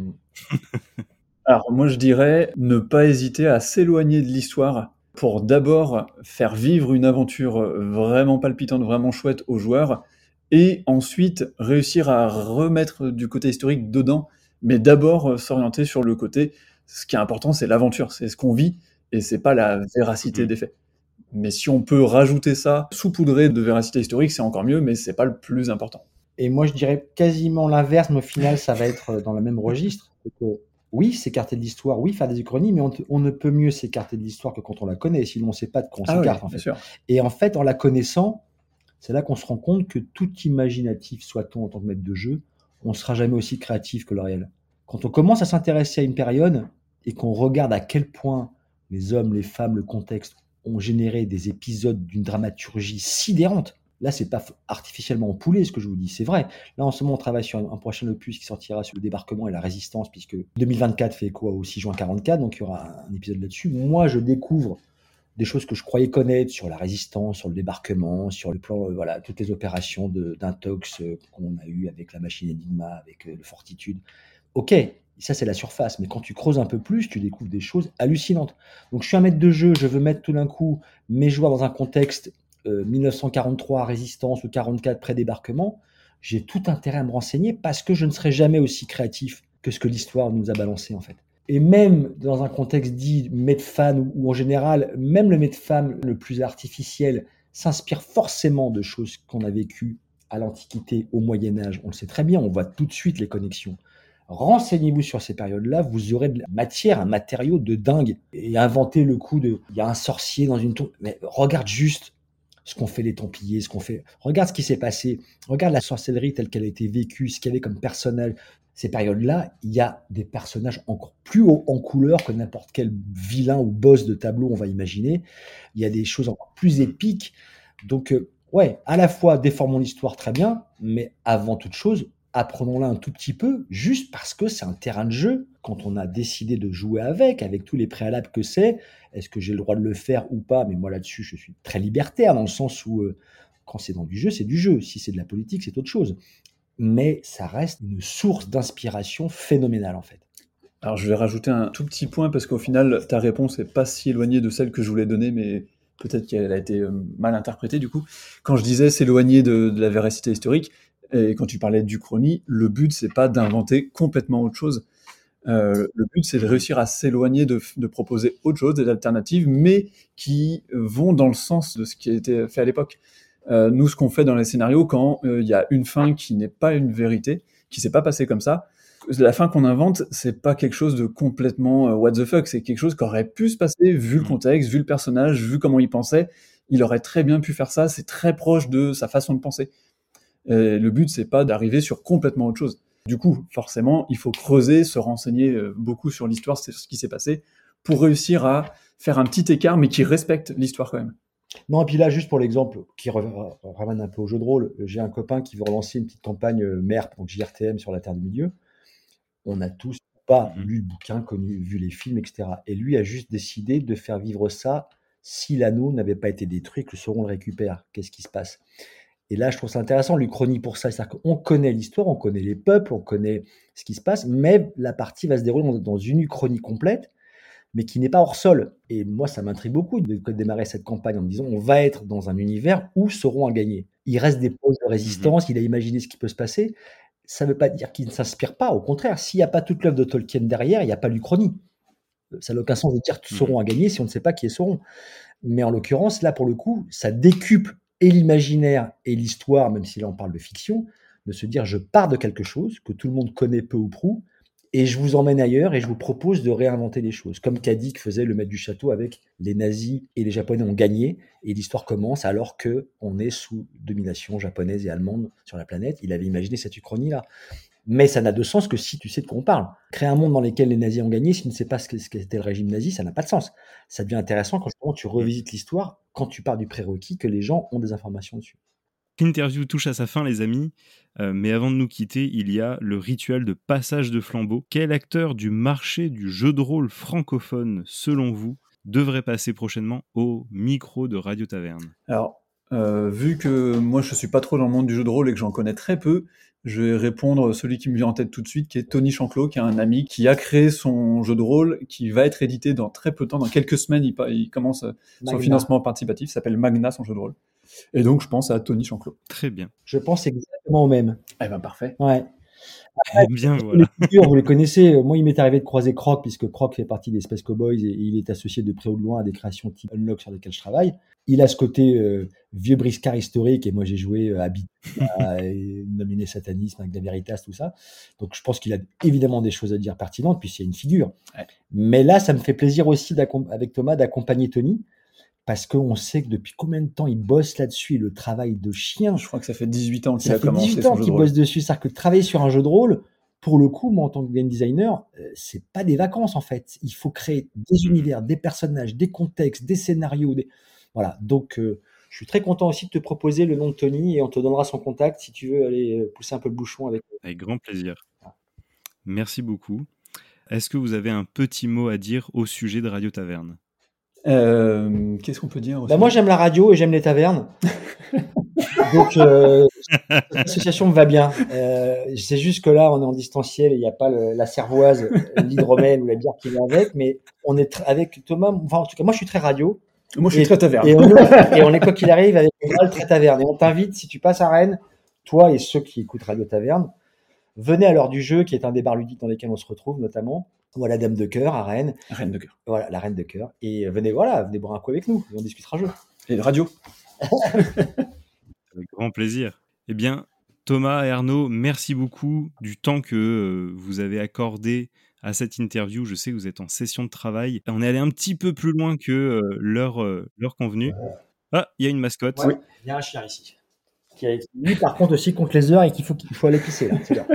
Alors, moi, je dirais ne pas hésiter à s'éloigner de l'histoire pour d'abord faire vivre une aventure vraiment palpitante, vraiment chouette aux joueurs, et ensuite réussir à remettre du côté historique dedans, mais d'abord s'orienter sur le côté, ce qui est important, c'est l'aventure, c'est ce qu'on vit, et c'est pas la véracité Mmh. des faits. Mais si on peut rajouter ça, saupoudrer de véracité historique, c'est encore mieux, mais c'est pas le plus important. Et moi, je dirais quasiment l'inverse, mais au final, ça va être dans le même registre. C'est que, oui, s'écarter de l'histoire, oui, faire des uchronies, mais on, te- on ne peut mieux s'écarter de l'histoire que quand on la connaît, sinon on ne sait pas de quoi on Ah oui, s'écarte, en bien fait. sûr. Et en fait, en la connaissant, c'est là qu'on se rend compte que tout imaginatif soit-on en tant que maître de jeu, on ne sera jamais aussi créatif que le réel. Quand on commence à s'intéresser à une période et qu'on regarde à quel point les hommes, les femmes, le contexte ont généré des épisodes d'une dramaturgie sidérante, là, c'est pas f- artificiellement empoulé ce que je vous dis, c'est vrai. Là, en ce moment, on travaille sur un, un prochain opus qui sortira sur le débarquement et la résistance, puisque deux mille vingt-quatre fait quoi au six juin quarante-quatre, donc il y aura un, un épisode là-dessus. Moi, je découvre des choses que je croyais connaître sur la résistance, sur le débarquement, sur le plan, euh, voilà, toutes les opérations de- d'intox euh, qu'on a eues avec la machine Enigma, avec euh, le Fortitude. Ok, ça c'est la surface, mais quand tu creuses un peu plus, tu découvres des choses hallucinantes. Donc je suis un maître de jeu, je veux mettre tout d'un coup mes joueurs dans un contexte euh, mille neuf cent quarante-trois résistance ou quarante-quatre pré-débarquement. J'ai tout intérêt à me renseigner parce que je ne serai jamais aussi créatif que ce que l'histoire nous a balancé en fait. Et même dans un contexte dit Medfan, où, où en général, même le Medfan le plus artificiel s'inspire forcément de choses qu'on a vécues à l'Antiquité, au Moyen-Âge. On le sait très bien, on voit tout de suite les connexions. Renseignez-vous sur ces périodes-là, vous aurez de la matière, un matériau de dingue. Et inventez le coup de il y a un sorcier dans une tombe. Mais regarde juste ce qu'ont fait les Templiers, ce qu'on fait. Regarde ce qui s'est passé. Regarde la sorcellerie telle qu'elle a été vécue, ce qu'elle est comme personnage. Ces périodes-là, il y a des personnages encore plus hauts en couleur que n'importe quel vilain ou boss de tableau on va imaginer. Il y a des choses encore plus épiques. Donc, euh, ouais, à la fois déformons l'histoire très bien, mais avant toute chose, apprenons-la un tout petit peu, juste parce que c'est un terrain de jeu. Quand on a décidé de jouer avec, avec tous les préalables que c'est, est-ce que j'ai le droit de le faire ou pas? Mais moi là-dessus, je suis très libertaire dans le sens où euh, quand c'est dans du jeu, c'est du jeu. Si c'est de la politique, c'est autre chose. Mais ça reste une source d'inspiration phénoménale en fait. Alors je vais rajouter un tout petit point parce qu'au final, ta réponse n'est pas si éloignée de celle que je voulais donner, mais peut-être qu'elle a été euh, mal interprétée du coup. Quand je disais s'éloigner de, de la véracité historique, et quand tu parlais d'Uchronie, le but c'est pas d'inventer complètement autre chose. Euh, le but c'est de réussir à s'éloigner, de, de proposer autre chose, des alternatives, mais qui vont dans le sens de ce qui a été fait à l'époque. Euh, nous, ce qu'on fait dans les scénarios, quand il euh, y a une fin qui n'est pas une vérité, qui s'est pas passée comme ça, la fin qu'on invente, c'est pas quelque chose de complètement euh, what the fuck, c'est quelque chose qui aurait pu se passer vu le contexte, vu le personnage, vu comment il pensait. Il aurait très bien pu faire ça, c'est très proche de sa façon de penser. Et le but, c'est pas d'arriver sur complètement autre chose. Du coup, forcément, il faut creuser, se renseigner euh, beaucoup sur l'histoire, sur ce qui s'est passé, pour réussir à faire un petit écart, mais qui respecte l'histoire quand même. Non, et puis là, juste pour l'exemple qui re- ramène un peu au jeu de rôle, j'ai un copain qui veut relancer une petite campagne euh, M E R P, donc J R T M sur la Terre du Milieu. On a tous pas Mhm. lu le bouquin, connu, vu les films, et cetera. Et lui a juste décidé de faire vivre ça si l'anneau n'avait pas été détruit, que le Sauron le récupère. Qu'est-ce qui se passe? Et là, je trouve ça intéressant, l'Uchronie pour ça. C'est-à-dire qu'on connaît l'histoire, on connaît les peuples, on connaît ce qui se passe, mais la partie va se dérouler dans- dans une Uchronie complète, mais qui n'est pas hors sol. Et moi, ça m'intrigue beaucoup de de démarrer cette campagne en me disant on va être dans un univers où Sauron a gagné. Il reste des postes de résistance, il a imaginé ce qui peut se passer. Ça ne veut pas dire qu'il ne s'inspire pas. Au contraire, s'il n'y a pas toute l'œuvre de Tolkien derrière, il n'y a pas l'Uchronie. Ça n'a aucun sens de dire que Sauron a gagné si on ne sait pas qui est Sauron. Mais en l'occurrence, là, pour le coup, ça décuple et l'imaginaire et l'histoire, même si là on parle de fiction, de se dire je pars de quelque chose que tout le monde connaît peu ou prou, et je vous emmène ailleurs et je vous propose de réinventer les choses. Comme Kadik faisait le maître du château avec les nazis et les Japonais ont gagné, et l'histoire commence alors qu'on est sous domination japonaise et allemande sur la planète. Il avait imaginé cette uchronie-là. Mais ça n'a de sens que si tu sais de quoi on parle. Créer un monde dans lequel les nazis ont gagné, si tu ne sais pas ce qu'était le régime nazi, ça n'a pas de sens. Ça devient intéressant quand justement tu revisites l'histoire, quand tu pars du prérequis que les gens ont des informations dessus. L'interview touche à sa fin, les amis, euh, mais avant de nous quitter, il y a le rituel de passage de flambeau. Quel acteur du marché du jeu de rôle francophone, selon vous, devrait passer prochainement au micro de Radio Taverne? Alors, euh, vu que moi je suis pas trop dans le monde du jeu de rôle et que j'en connais très peu, je vais répondre celui qui me vient en tête tout de suite, qui est Tony Chanclot, qui est un ami qui a créé son jeu de rôle, qui va être édité dans très peu de temps, dans quelques semaines, il, pa- il commence euh, son Magna. financement participatif, ça s'appelle Magna, son jeu de rôle. Et donc je pense à Tony Chanclot. Très bien. Je pense exactement au même. Eh ben parfait. Ouais. Eh bien, voilà. Les figures, vous les connaissez. Moi, il m'est arrivé de croiser Croc, puisque Croc fait partie des Space Cowboys et il est associé de près ou de loin à des créations type Unlock sur lesquelles je travaille. Il a ce côté euh, vieux briscard historique, et moi j'ai joué euh, à Bit, à Nominé Satanisme, avec la Veritas, tout ça. Donc je pense qu'il a évidemment des choses à dire pertinentes, puis c'est une figure. Ouais. Mais là, ça me fait plaisir aussi avec Thomas d'accompagner Tony, parce qu'on sait que depuis combien de temps il bosse là-dessus, et le travail de chien. Je crois que ça fait dix-huit ans qu'il Ça a fait commencé dix-huit son ans jeu de qu'il rôle. bosse dessus. C'est-à-dire que travailler sur un jeu de rôle, pour le coup, moi, en tant que game designer, euh, c'est pas des vacances, en fait. Il faut créer des univers, des personnages, des contextes, des scénarios. Des... Voilà. Donc, euh, je suis très content aussi de te proposer le nom de Tony et on te donnera son contact si tu veux aller euh, pousser un peu le bouchon avec. Avec grand plaisir. Merci beaucoup. Est-ce que vous avez un petit mot à dire au sujet de Radio Taverne? Euh, Qu'est-ce qu'on peut dire aussi? Bah, moi, j'aime la radio et j'aime les tavernes. Donc, euh, l'association me va bien. Euh, c'est juste que là, on est en distanciel et il n'y a pas le, la cervoise, l'hydromel ou la bière qui va avec. Mais on est avec Thomas. Enfin, en tout cas, moi, je suis très radio. Moi, je suis et, très taverne. Et on, est, et on est, quoi qu'il arrive, avec Graal très taverne. Et on t'invite, si tu passes à Rennes, toi et ceux qui écoutent Radio Taverne, venez à l'heure du jeu, qui est un des bars ludiques dans lesquels on se retrouve, notamment, ou à la Dame de Cœur à Rennes. Reine de Cœur. Voilà, la Reine de Cœur. Et venez, voilà, venez boire un coup avec nous. Et on discutera jeu. Et radio. Avec grand plaisir. Eh bien, Thomas et Arnaud, merci beaucoup du temps que euh, vous avez accordé à cette interview. Je sais que vous êtes en session de travail. On est allé un petit peu plus loin que euh, l'heure, euh, l'heure convenue. Ah, il y a une mascotte. Ouais, il y a un chien ici. Qui a, lui, par contre, aussi compte les heures et qu'il faut, qu'il faut aller pisser, là. C'est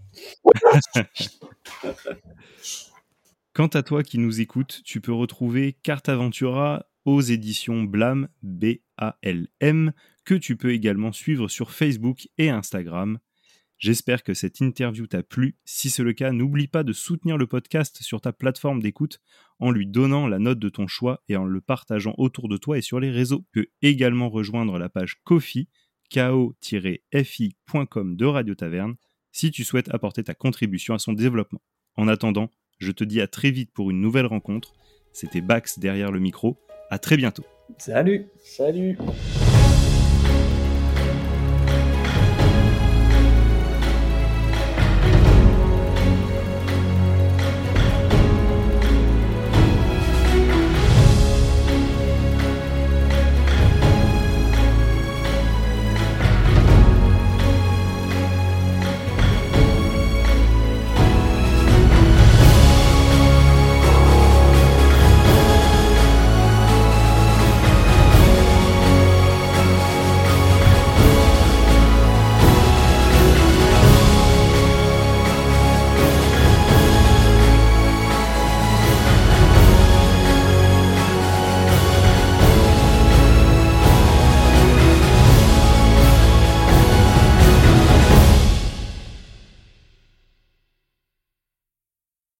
Quant à toi qui nous écoutes, tu peux retrouver Carte Aventura aux éditions Blam, B A L M, que tu peux également suivre sur Facebook et Instagram. J'espère que cette interview t'a plu. Si c'est le cas, n'oublie pas de soutenir le podcast sur ta plateforme d'écoute en lui donnant la note de ton choix et en le partageant autour de toi et sur les réseaux. Tu peux également rejoindre la page Ko-fi, ko tiret f i point com de Radio Taverne, si tu souhaites apporter ta contribution à son développement. En attendant, je te dis à très vite pour une nouvelle rencontre. C'était Bax derrière le micro. À très bientôt. Salut. Salut.